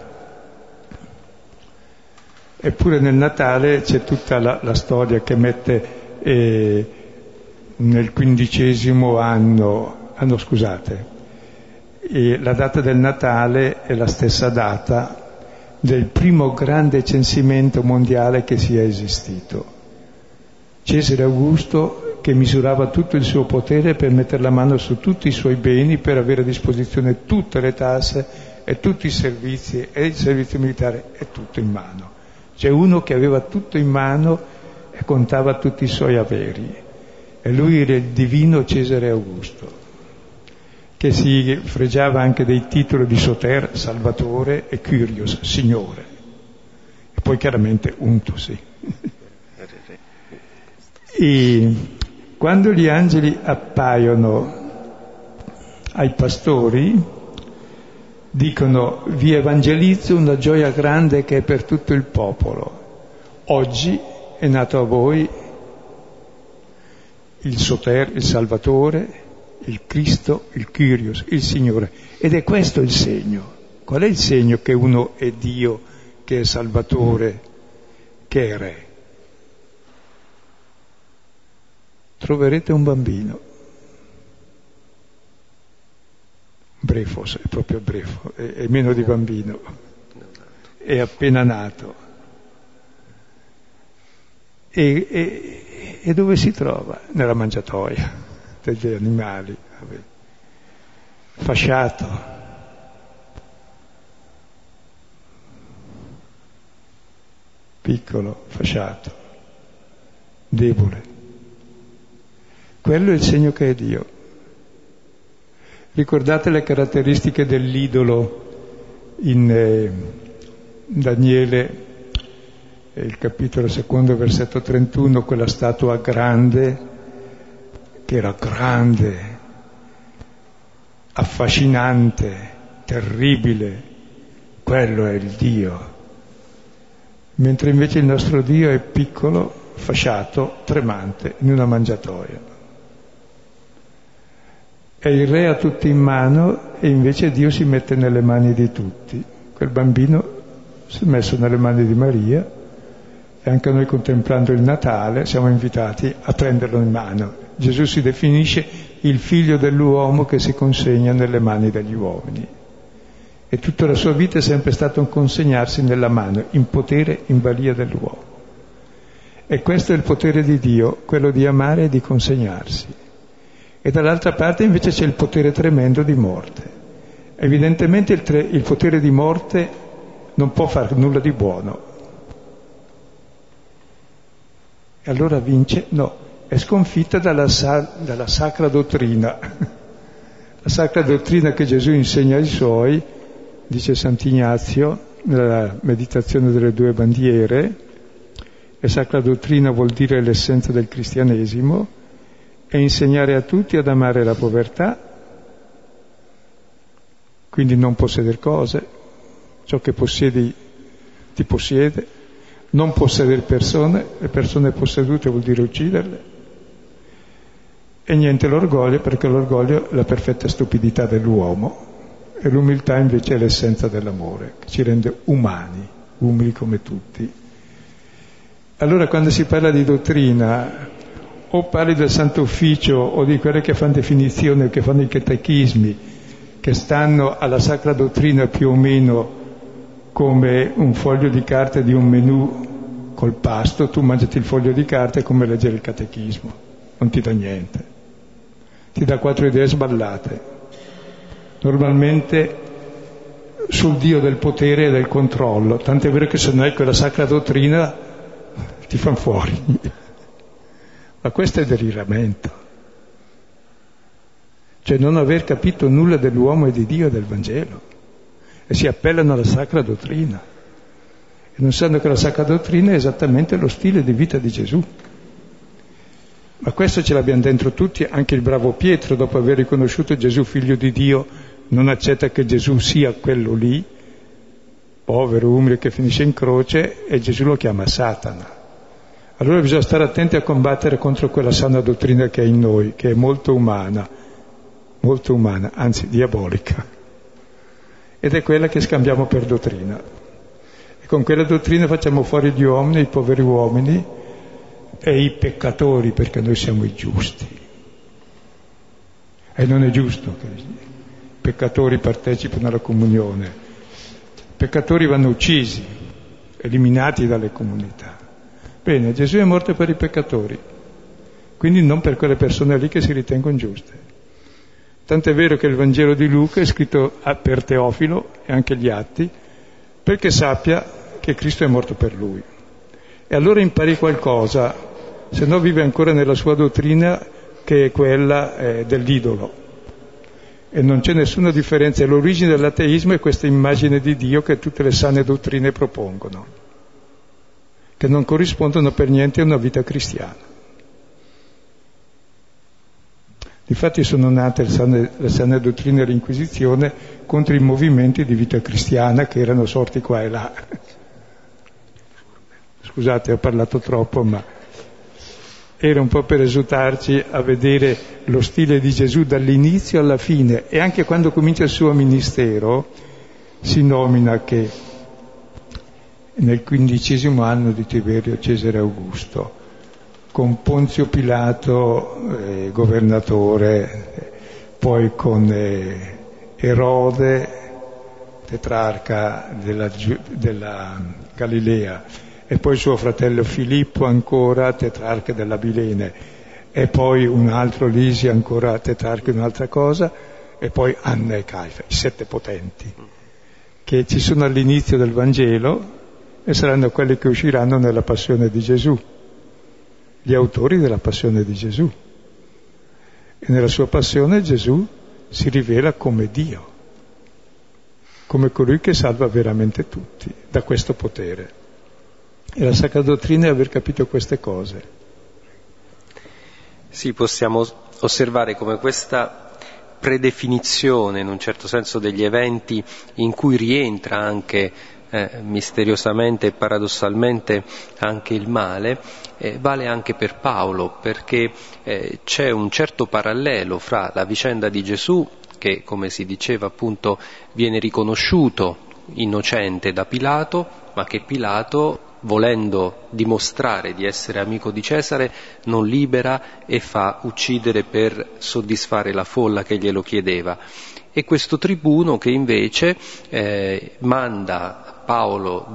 eppure nel Natale c'è tutta la storia che mette nel 15° anno, la data del Natale è la stessa data del primo grande censimento mondiale che sia esistito. Cesare Augusto, che misurava tutto il suo potere per mettere la mano su tutti i suoi beni, per avere a disposizione tutte le tasse e tutti i servizi e il servizio militare e tutto in mano. C'è uno che aveva tutto in mano e contava tutti i suoi averi, e lui era il divino Cesare Augusto, che si fregiava anche dei titoli di Soter, Salvatore, e Kyrios, Signore, e poi chiaramente Untus. E quando gli angeli appaiono ai pastori, dicono: vi evangelizzo una gioia grande che è per tutto il popolo. Oggi è nato a voi il Soter, il Salvatore, il Cristo, il Kyrios, il Signore. Ed è questo il segno. Qual è il segno che uno è Dio, che è Salvatore, che è re. Troverete un bambino. Brefos, è proprio brefo, è meno di bambino, è appena nato. E dove si trova? Nella mangiatoia degli animali, fasciato. Piccolo, fasciato, debole. Quello è il segno che è Dio. Ricordate le caratteristiche dell'idolo in Daniele, il capitolo 2, versetto 31, quella statua grande, che era grande, affascinante, terribile, quello è il Dio. Mentre invece il nostro Dio è piccolo, fasciato, tremante, in una mangiatoia. È il re a tutti in mano e invece Dio si mette nelle mani di tutti. Quel bambino si è messo nelle mani di Maria e anche noi, contemplando il Natale, siamo invitati a prenderlo in mano. Gesù si definisce il figlio dell'uomo che si consegna nelle mani degli uomini. E tutta la sua vita è sempre stato un consegnarsi nella mano, in potere, in balia dell'uomo. E questo è il potere di Dio, quello di amare e di consegnarsi. E dall'altra parte invece c'è il potere tremendo di morte. Evidentemente il potere di morte non può fare nulla di buono. E allora vince? No, è sconfitta dalla sacra dottrina. La sacra dottrina che Gesù insegna ai Suoi, dice Sant'Ignazio, nella meditazione delle due bandiere, e sacra dottrina vuol dire l'essenza del cristianesimo, e insegnare a tutti ad amare la povertà, quindi non possedere cose, ciò che possiedi ti possiede, non possedere persone, le persone possedute vuol dire ucciderle, e niente l'orgoglio, perché l'orgoglio è la perfetta stupidità dell'uomo, e l'umiltà invece è l'essenza dell'amore, che ci rende umani, umili come tutti. Allora quando si parla di dottrina, o parli del Santo Ufficio o di quelle che fanno definizione o che fanno i catechismi, che stanno alla sacra dottrina più o meno come un foglio di carta di un menù col pasto, tu mangiati il foglio di carta, è come leggere il catechismo, non ti dà niente, ti dà 4 idee sballate, normalmente sul Dio del potere e del controllo, tant'è vero che se non hai quella sacra dottrina ti fanno fuori. Ma questo è deliramento. Cioè non aver capito nulla dell'uomo e di Dio e del Vangelo. E si appellano alla sacra dottrina. E non sanno che la sacra dottrina è esattamente lo stile di vita di Gesù. Ma questo ce l'abbiamo dentro tutti, anche il bravo Pietro, dopo aver riconosciuto Gesù figlio di Dio, non accetta che Gesù sia quello lì, povero, umile, che finisce in croce, e Gesù lo chiama Satana. Allora bisogna stare attenti a combattere contro quella sana dottrina che è in noi, che è molto umana, anzi diabolica. Ed è quella che scambiamo per dottrina. E con quella dottrina facciamo fuori gli uomini, i poveri uomini e i peccatori, perché noi siamo i giusti. E non è giusto che i peccatori partecipino alla comunione. I peccatori vanno uccisi, eliminati dalle comunità. Bene, Gesù è morto per i peccatori, quindi non per quelle persone lì che si ritengono giuste. Tant'è vero che il Vangelo di Luca è scritto per Teofilo e anche gli Atti, perché sappia che Cristo è morto per lui. E allora impari qualcosa, se no vive ancora nella sua dottrina che è quella dell'idolo. E non c'è nessuna differenza, l'origine dell'ateismo è questa immagine di Dio che tutte le sane dottrine propongono, che non corrispondono per niente a una vita cristiana. Difatti sono nate le sane dottrine dell'Inquisizione contro i movimenti di vita cristiana che erano sorti qua e là. Scusate, ho parlato troppo, ma era un po' per esortarci a vedere lo stile di Gesù dall'inizio alla fine, e anche quando comincia il suo ministero si nomina che nel 15° anno di Tiberio Cesare Augusto, con Ponzio Pilato governatore, poi con Erode tetrarca della Galilea, e poi suo fratello Filippo ancora tetrarca della Abilene, e poi un altro Lisi ancora tetrarca di un'altra cosa, e poi Anna e Caifa, i 7 potenti, che ci sono all'inizio del Vangelo e saranno quelli che usciranno nella passione di Gesù, gli autori della passione di Gesù. E nella sua passione Gesù si rivela come Dio, come colui che salva veramente tutti da questo potere. E la Sacra Dottrina è aver capito queste cose. Sì, possiamo osservare come questa predefinizione, in un certo senso, degli eventi in cui rientra anche misteriosamente e paradossalmente anche il male, vale anche per Paolo, perché c'è un certo parallelo fra la vicenda di Gesù, che, come si diceva appunto, viene riconosciuto innocente da Pilato, ma che Pilato, volendo dimostrare di essere amico di Cesare, non libera e fa uccidere per soddisfare la folla che glielo chiedeva. E questo tribuno che invece manda Paolo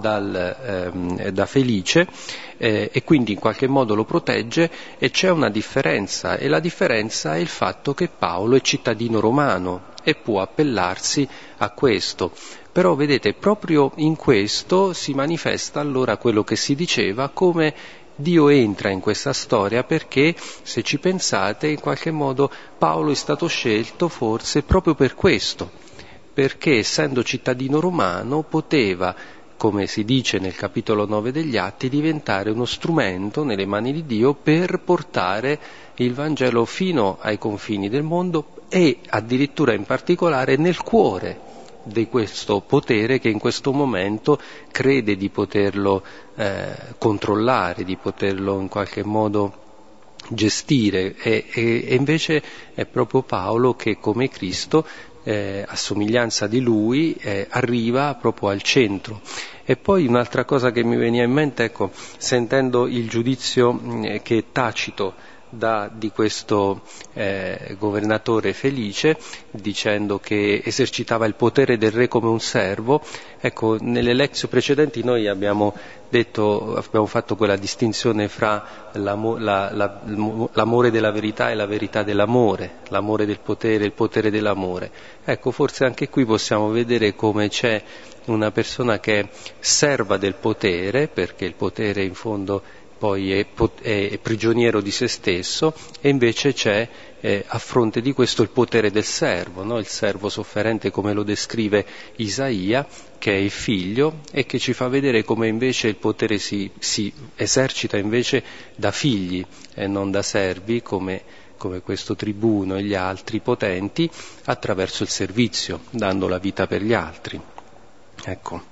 da Felice e quindi in qualche modo lo protegge, e c'è una differenza, e la differenza è il fatto che Paolo è cittadino romano e può appellarsi a questo. Però vedete, proprio in questo si manifesta allora quello che si diceva, come Dio entra in questa storia, perché, se ci pensate, in qualche modo Paolo è stato scelto forse proprio per questo, perché essendo cittadino romano poteva, come si dice nel capitolo 9 degli Atti, diventare uno strumento nelle mani di Dio per portare il Vangelo fino ai confini del mondo e addirittura in particolare nel cuore di questo potere che in questo momento crede di poterlo controllare, di poterlo in qualche modo gestire, e invece è proprio Paolo che, come Cristo, a somiglianza di lui, arriva proprio al centro. E poi un'altra cosa che mi veniva in mente, ecco, sentendo il giudizio che Tacito dà di questo governatore Felice, dicendo che esercitava il potere del re come un servo. Ecco, nelle lezioni precedenti noi abbiamo fatto quella distinzione fra l'amore della verità e la verità dell'amore, l'amore del potere e il potere dell'amore. Ecco, forse anche qui possiamo vedere come c'è una persona che è serva del potere, perché il potere in fondo poi è prigioniero di se stesso, e invece c'è a fronte di questo il potere del servo, no? Il servo sofferente, come lo descrive Isaia, che è il figlio, e che ci fa vedere come invece il potere si esercita invece da figli e non da servi, come questo tribuno e gli altri potenti, attraverso il servizio, dando la vita per gli altri. Ecco.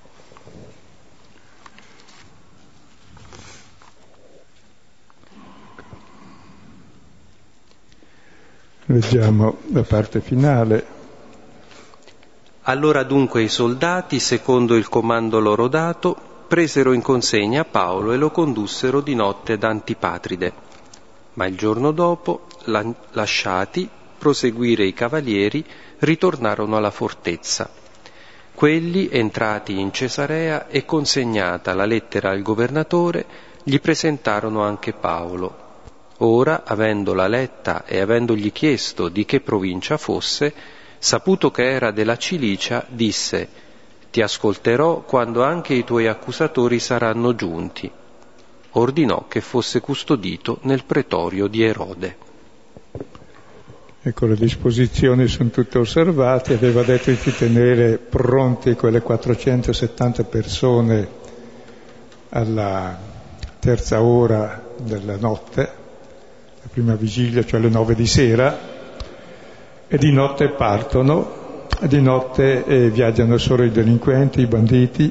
Leggiamo la parte finale. Allora dunque i soldati, secondo il comando loro dato, presero in consegna Paolo e lo condussero di notte ad Antipatride. Ma il giorno dopo, lasciati proseguire i cavalieri, ritornarono alla fortezza. Quelli, entrati in Cesarea e consegnata la lettera al governatore, gli presentarono anche Paolo. Ora, avendola letta e avendogli chiesto di che provincia fosse, saputo che era della Cilicia, disse: «Ti ascolterò quando anche i tuoi accusatori saranno giunti». Ordinò che fosse custodito nel pretorio di Erode. Ecco, le disposizioni sono tutte osservate. Aveva detto di tenere pronti quelle 470 persone alla 3ª ora della notte, la prima vigilia, cioè alle 9 di sera, e di notte partono, e di notte viaggiano solo i delinquenti, i banditi,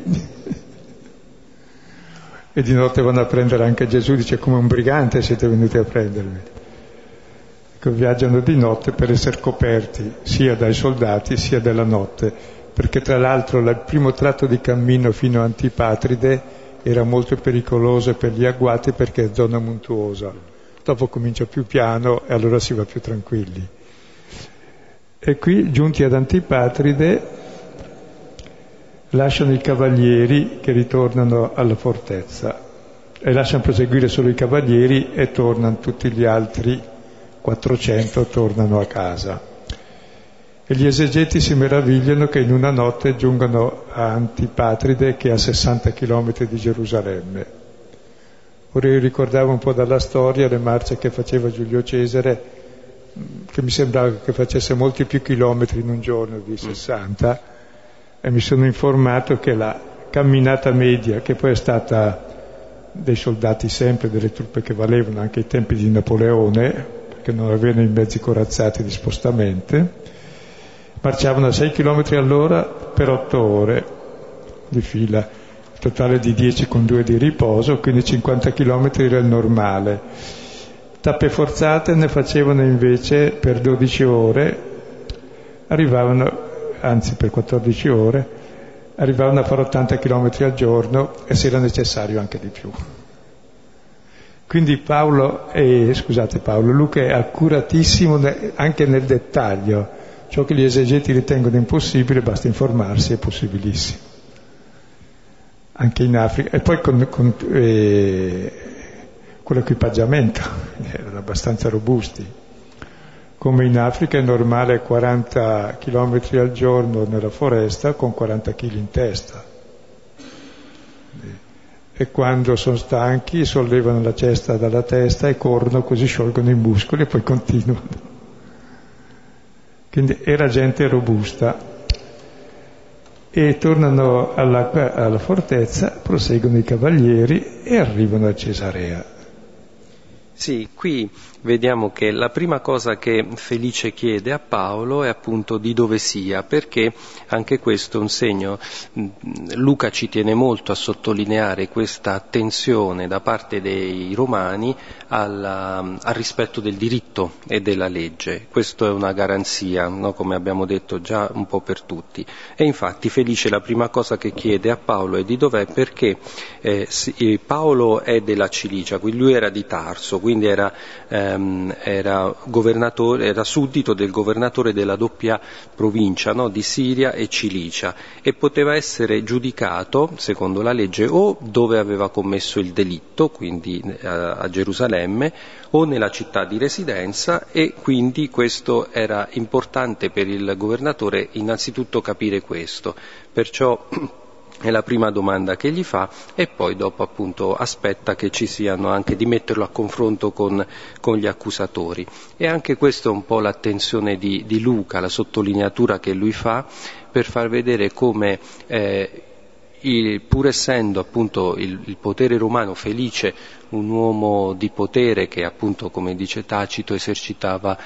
e di notte vanno a prendere anche Gesù, dice: come un brigante siete venuti a prendermi. Ecco, viaggiano di notte per essere coperti sia dai soldati sia dalla notte, perché tra l'altro il primo tratto di cammino fino a Antipatride era molto pericolosa per gli agguati perché è zona montuosa. Dopo comincia più piano e allora si va più tranquilli. E qui, giunti ad Antipatride, lasciano i cavalieri che ritornano alla fortezza e lasciano proseguire solo i cavalieri e tornano tutti gli altri 400, tornano a casa. E gli esegeti si meravigliano che in una notte giungano a Antipatride, che è a 60 chilometri di Gerusalemme. Ora io ricordavo un po' dalla storia le marce che faceva Giulio Cesare, che mi sembrava che facesse molti più chilometri in un giorno di 60, e mi sono informato che la camminata media, che poi è stata dei soldati sempre, delle truppe che valevano anche ai tempi di Napoleone, perché non avevano i mezzi corazzati di spostamento, marciavano a 6 km all'ora per 8 ore di fila, totale di 10 con 2 di riposo, quindi 50 km era il normale. Tappe forzate ne facevano invece per 12 ore, per 14 ore, arrivavano a fare 80 km al giorno e se era necessario anche di più. Quindi Luca è accuratissimo anche nel dettaglio. Ciò che gli esegeti ritengono impossibile, basta informarsi, è possibilissimo. Anche in Africa. E poi con l'equipaggiamento, erano abbastanza robusti. Come in Africa è normale 40 km al giorno nella foresta con 40 kg in testa. E quando sono stanchi sollevano la cesta dalla testa e corrono, così sciolgono i muscoli e poi continuano. Quindi era gente robusta. E tornano alla fortezza, proseguono i cavalieri e arrivano a Cesarea. Sì, qui vediamo che la prima cosa che Felice chiede a Paolo è appunto di dove sia, perché anche questo è un segno. Luca ci tiene molto a sottolineare questa attenzione da parte dei romani al rispetto del diritto e della legge. Questo è una garanzia, no? Come abbiamo detto già un po' per tutti. E infatti Felice la prima cosa che chiede a Paolo è di dov'è, perché Paolo è della Cilicia, quindi lui era di Tarso, quindi era governatore, era suddito del governatore della doppia provincia, no? Di Siria e Cilicia, e poteva essere giudicato secondo la legge o dove aveva commesso il delitto, quindi a Gerusalemme, o nella città di residenza, e quindi questo era importante per il governatore innanzitutto capire questo. Perciò è la prima domanda che gli fa, e poi dopo appunto aspetta che ci siano anche di metterlo a confronto con gli accusatori. E anche questo è un po' l'attenzione di Luca, la sottolineatura che lui fa per far vedere come pur essendo appunto il potere romano, Felice, un uomo di potere che appunto, come dice Tacito, esercitava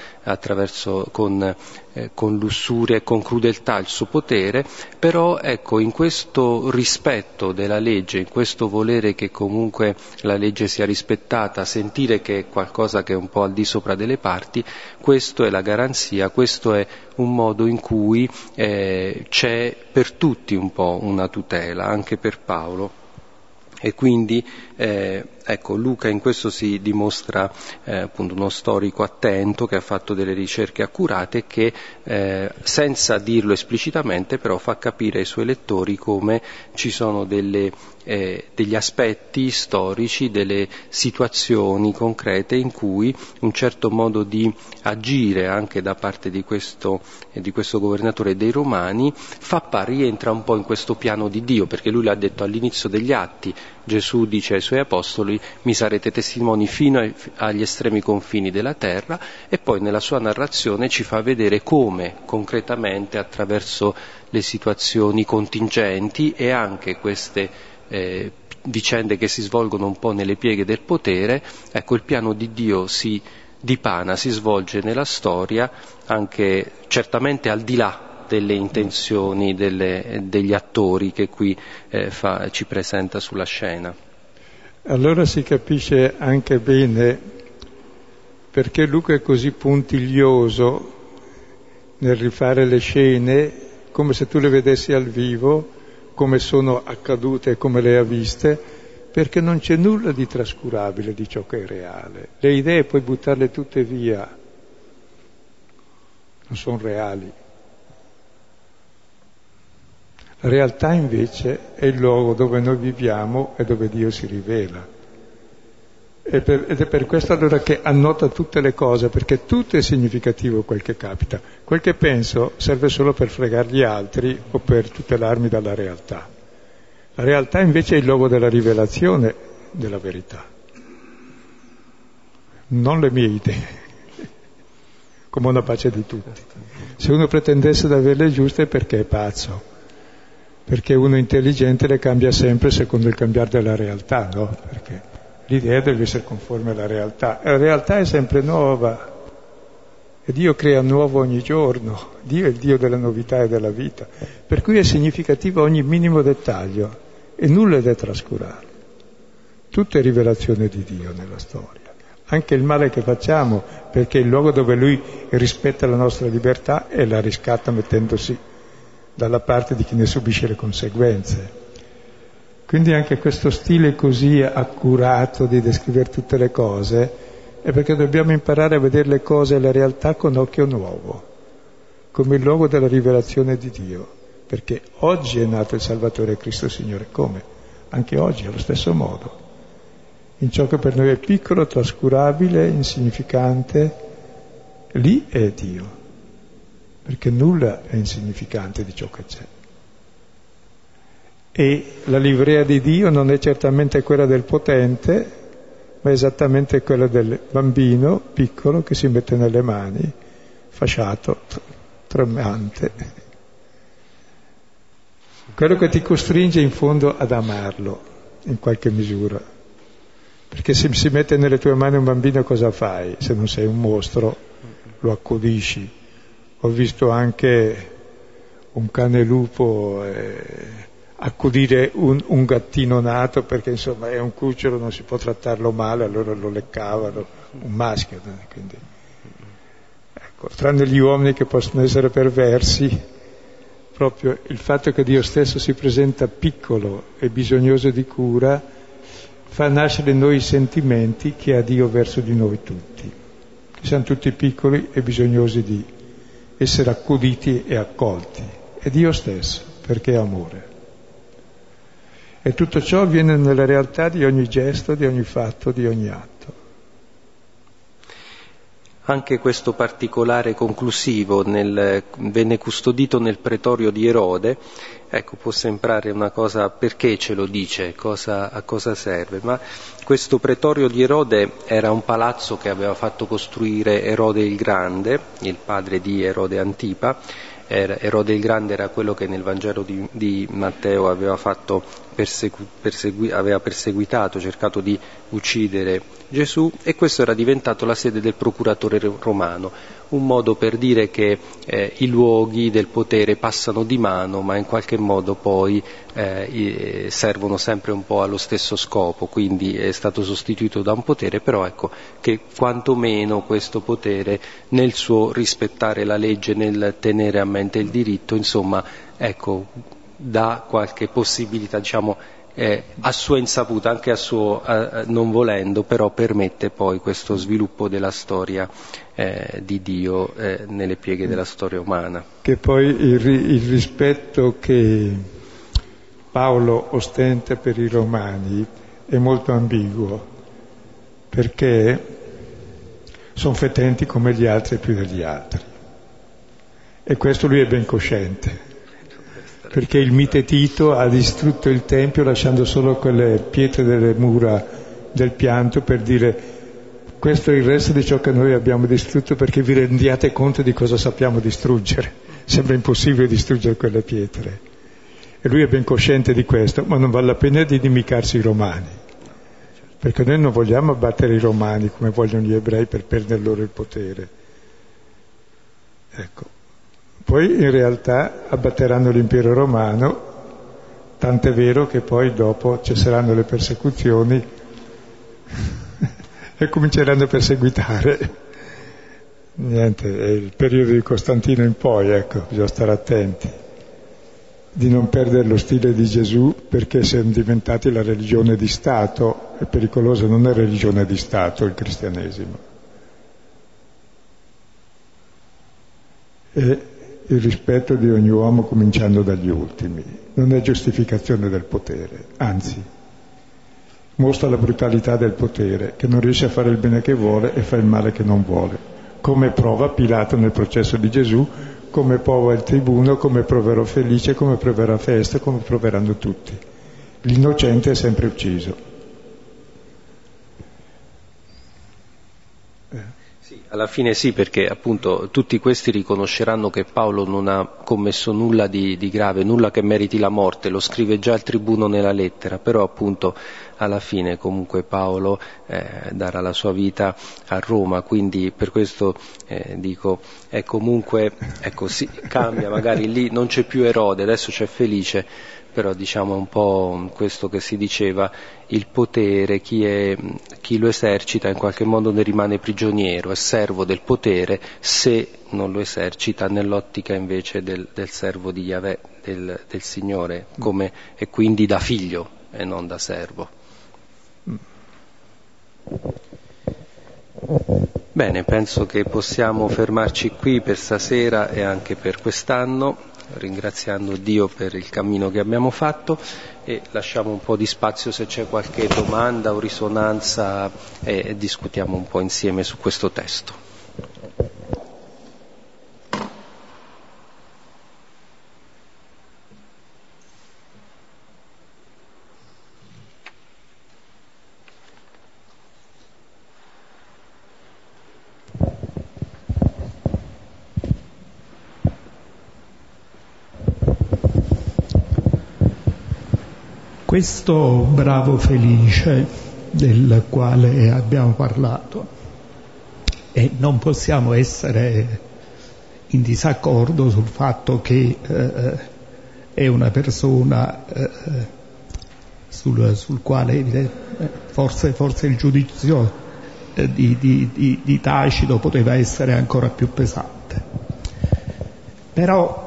con lussuria e con crudeltà il suo potere, però ecco, in questo rispetto della legge, in questo volere che comunque la legge sia rispettata, sentire che è qualcosa che è un po' al di sopra delle parti, questo è la garanzia, questo è un modo in cui c'è per tutti un po' una tutela, anche per Paolo. E quindi ecco, Luca in questo si dimostra appunto uno storico attento che ha fatto delle ricerche accurate, che senza dirlo esplicitamente però fa capire ai suoi lettori come ci sono degli aspetti storici, delle situazioni concrete in cui un certo modo di agire anche da parte di questo governatore dei Romani rientra un po' in questo piano di Dio, perché lui l'ha detto all'inizio degli Atti. Gesù dice ai suoi apostoli: mi sarete testimoni fino agli estremi confini della terra, e poi nella sua narrazione ci fa vedere come concretamente, attraverso le situazioni contingenti e anche queste vicende che si svolgono un po' nelle pieghe del potere, ecco, il piano di Dio si dipana, si svolge nella storia, anche certamente al di là delle intenzioni degli attori che qui ci presenta sulla scena. Allora si capisce anche bene perché Luca è così puntiglioso nel rifare le scene come se tu le vedessi al vivo, come sono accadute e come le ha viste, perché non c'è nulla di trascurabile di ciò che è reale. Le idee puoi buttarle tutte via, non sono reali. La realtà invece è il luogo dove noi viviamo e dove Dio si rivela. Ed è per questo allora che annota tutte le cose, perché tutto è significativo quel che capita. Quel che penso serve solo per fregare gli altri o per tutelarmi dalla realtà. La realtà invece è il luogo della rivelazione della verità, non le mie idee, come una pace di tutti. Se uno pretendesse di averle giuste è perché è pazzo, perché uno intelligente le cambia sempre secondo il cambiare della realtà, no? Perché l'idea deve essere conforme alla realtà, e la realtà è sempre nuova, e Dio crea nuovo ogni giorno, Dio è il Dio della novità e della vita, per cui è significativo ogni minimo dettaglio, e nulla è da trascurare. Tutto è rivelazione di Dio nella storia, anche il male che facciamo, perché è il luogo dove Lui rispetta la nostra libertà e la riscatta mettendosi dalla parte di chi ne subisce le conseguenze. Quindi anche questo stile così accurato di descrivere tutte le cose è perché dobbiamo imparare a vedere le cose e la realtà con occhio nuovo, come il luogo della rivelazione di Dio, perché oggi è nato il Salvatore Cristo Signore. Come? Anche oggi, allo stesso modo. In ciò che per noi è piccolo, trascurabile, insignificante, lì è Dio, perché nulla è insignificante di ciò che c'è. E la livrea di Dio non è certamente quella del potente, ma è esattamente quella del bambino piccolo che si mette nelle mani, fasciato, tremante. Quello che ti costringe in fondo ad amarlo, in qualche misura. Perché se si mette nelle tue mani un bambino cosa fai? Se non sei un mostro, lo accudisci. Ho visto anche un cane lupo accudire un gattino nato, perché insomma è un cucciolo, non si può trattarlo male, allora lo leccavano, un maschio. Quindi, ecco, tranne gli uomini che possono essere perversi, proprio il fatto che Dio stesso si presenta piccolo e bisognoso di cura fa nascere in noi i sentimenti che ha Dio verso di noi tutti, che siamo tutti piccoli e bisognosi di essere accuditi e accolti. È Dio stesso, perché è amore. E tutto ciò avviene nella realtà di ogni gesto, di ogni fatto, di ogni atto. Anche questo particolare conclusivo venne custodito nel pretorio di Erode. Ecco, può sembrare una cosa, perché ce lo dice, a cosa serve, ma questo pretorio di Erode era un palazzo che aveva fatto costruire Erode il Grande, il padre di Erode Antipa. Erode il Grande era quello che nel Vangelo di Matteo aveva perseguitato, cercato di uccidere Gesù, e questo era diventato la sede del procuratore romano, un modo per dire che i luoghi del potere passano di mano, ma in qualche modo poi servono sempre un po' allo stesso scopo, quindi è stato sostituito da un potere, però ecco che quantomeno questo potere nel suo rispettare la legge, nel tenere a mente il diritto, insomma, ecco, dà qualche possibilità, diciamo, a sua insaputa, anche non volendo, però permette poi questo sviluppo della storia di Dio nelle pieghe della storia umana. Che poi il rispetto che Paolo ostenta per i Romani è molto ambiguo, perché sono fetenti come gli altri e più degli altri, e questo lui è ben cosciente. Perché il mite Tito ha distrutto il Tempio lasciando solo quelle pietre delle mura del pianto per dire: questo è il resto di ciò che noi abbiamo distrutto, perché vi rendiate conto di cosa sappiamo distruggere. Sembra impossibile distruggere quelle pietre. E lui è ben cosciente di questo, ma non vale la pena di inimicarsi i romani. Perché noi non vogliamo abbattere i romani come vogliono gli ebrei per perdere loro il potere. Ecco. Poi in realtà abbatteranno l'impero romano, tant'è vero che poi dopo cesseranno le persecuzioni e cominceranno a perseguitare. Niente, è il periodo di Costantino in poi, ecco, bisogna stare attenti. di non perdere lo stile di Gesù, perché siamo diventati la religione di Stato. È pericoloso, non è religione di Stato il cristianesimo. È il rispetto di ogni uomo cominciando dagli ultimi. Non è giustificazione del potere, anzi, mostra la brutalità del potere, che non riesce a fare il bene che vuole e fa il male che non vuole, come prova Pilato nel processo di Gesù, come prova il tribuno, come proverò Felice, come proverà Festo, come proveranno tutti. L'innocente è sempre ucciso. Sì, alla fine sì, perché appunto tutti questi riconosceranno che Paolo non ha commesso nulla di grave, nulla che meriti la morte, lo scrive già il tribuno nella lettera, però appunto alla fine comunque Paolo darà la sua vita a Roma, quindi per questo dico, è comunque, ecco, sì, cambia, magari lì non c'è più Erode, adesso c'è Felice, però diciamo un po' questo che si diceva, il potere, chi lo esercita in qualche modo ne rimane prigioniero, è servo del potere se non lo esercita nell'ottica invece del servo di Yahweh, del Signore, come, e quindi da figlio e non da servo. Bene, penso che possiamo fermarci qui per stasera e anche per quest'anno, ringraziando Dio per il cammino che abbiamo fatto, e lasciamo un po' di spazio se c'è qualche domanda o risonanza e discutiamo un po' insieme su questo testo. Questo bravo Felice del quale abbiamo parlato, e non possiamo essere in disaccordo sul fatto che è una persona sul quale forse il giudizio di Tacito poteva essere ancora più pesante. Però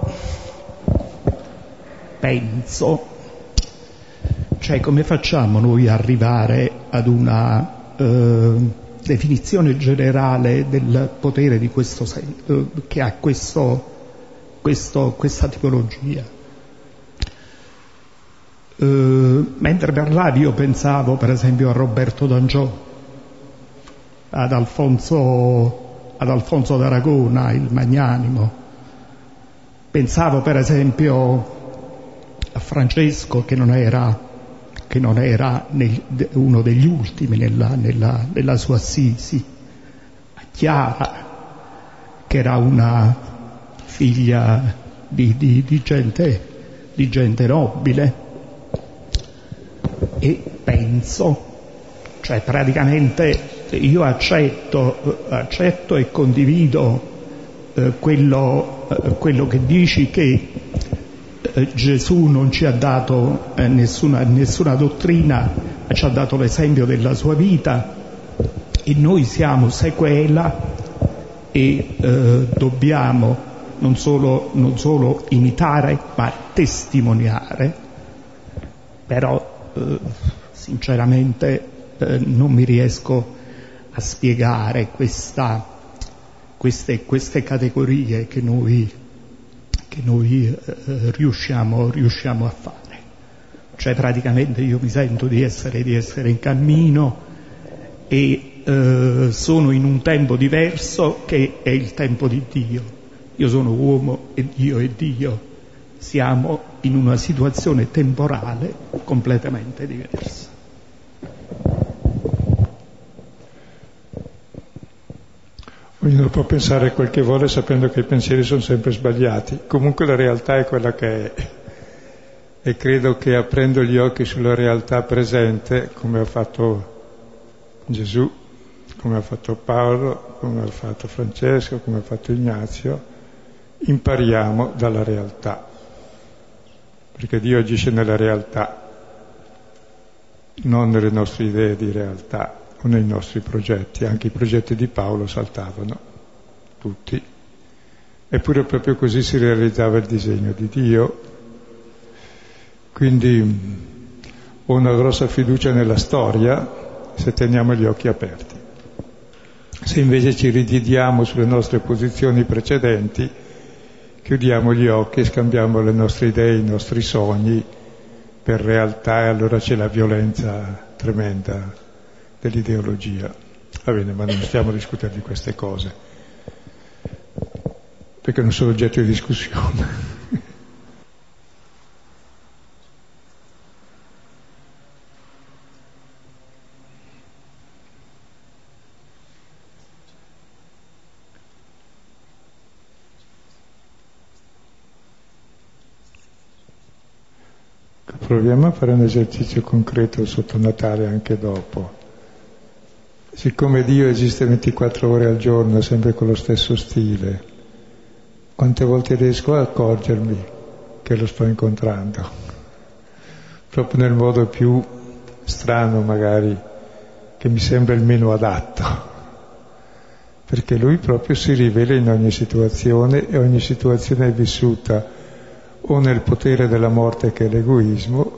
penso, cioè, come facciamo noi a arrivare ad una definizione generale del potere di questo che ha questa tipologia? Mentre parlavi io pensavo per esempio a Roberto d'Angiò, ad Alfonso d'Aragona, il magnanimo. Pensavo per esempio a Francesco, che non era uno degli ultimi nella sua Assisi, a Chiara, che era una figlia di gente nobile, e penso, cioè praticamente io accetto e condivido quello che dici, che Gesù non ci ha dato nessuna dottrina, ma ci ha dato l'esempio della sua vita, e noi siamo sequela e dobbiamo non solo imitare ma testimoniare. Però sinceramente non mi riesco a spiegare queste categorie che noi riusciamo a fare. Cioè praticamente io mi sento di essere in cammino e sono in un tempo diverso, che è il tempo di Dio. Io sono uomo e Dio è Dio. Siamo in una situazione temporale completamente diversa. Ognuno può pensare quel che vuole sapendo che i pensieri sono sempre sbagliati. Comunque la realtà è quella che è. E credo che aprendo gli occhi sulla realtà presente, come ha fatto Gesù, come ha fatto Paolo, come ha fatto Francesco, come ha fatto Ignazio, impariamo dalla realtà. Perché Dio agisce nella realtà, non nelle nostre idee di realtà o nei nostri progetti. Anche i progetti di Paolo saltavano, tutti. Eppure proprio così si realizzava il disegno di Dio. Quindi ho una grossa fiducia nella storia se teniamo gli occhi aperti. Se invece ci ridiamo sulle nostre posizioni precedenti, chiudiamo gli occhi e scambiamo le nostre idee, i nostri sogni per realtà, e allora c'è la violenza tremenda dell'ideologia. Va bene, ma non stiamo a discutere di queste cose, perché non sono oggetto di discussione. Proviamo a fare un esercizio concreto sotto Natale anche dopo. Siccome Dio esiste 24 ore al giorno, sempre con lo stesso stile, quante volte riesco a accorgermi che lo sto incontrando? Proprio nel modo più strano magari, che mi sembra il meno adatto. Perché Lui proprio si rivela in ogni situazione, e ogni situazione è vissuta o nel potere della morte, che è l'egoismo,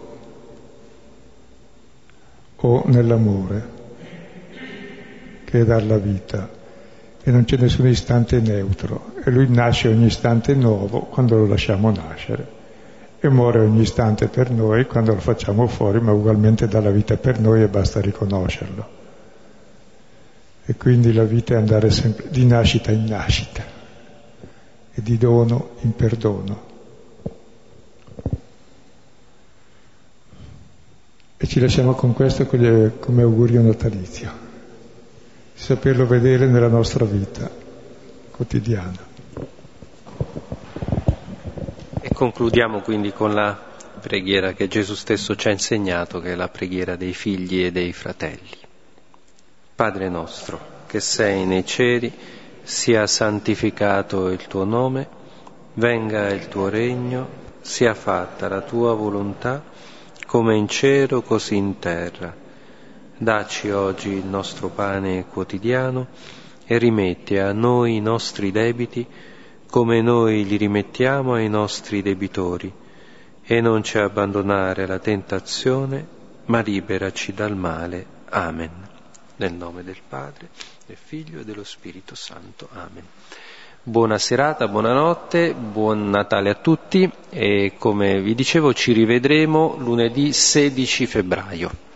o nell'amore, che è dar la vita, e non c'è nessun istante neutro, e Lui nasce ogni istante nuovo quando lo lasciamo nascere, e muore ogni istante per noi quando lo facciamo fuori, ma ugualmente dà la vita per noi e basta riconoscerlo. E quindi la vita è andare sempre di nascita in nascita e di dono in perdono. E ci lasciamo con questo come augurio natalizio, di saperlo vedere nella nostra vita quotidiana. E concludiamo quindi con la preghiera che Gesù stesso ci ha insegnato, che è la preghiera dei figli e dei fratelli. Padre nostro, che sei nei cieli, sia santificato il tuo nome, venga il tuo regno, sia fatta la tua volontà, come in cielo così in terra. Dacci oggi il nostro pane quotidiano e rimetti a noi i nostri debiti come noi li rimettiamo ai nostri debitori, e non ci abbandonare alla tentazione, ma liberaci dal male. Amen. Nel nome del Padre, del Figlio e dello Spirito Santo. Amen. Buona serata, buonanotte, buon Natale a tutti, e come vi dicevo ci rivedremo lunedì 16 febbraio.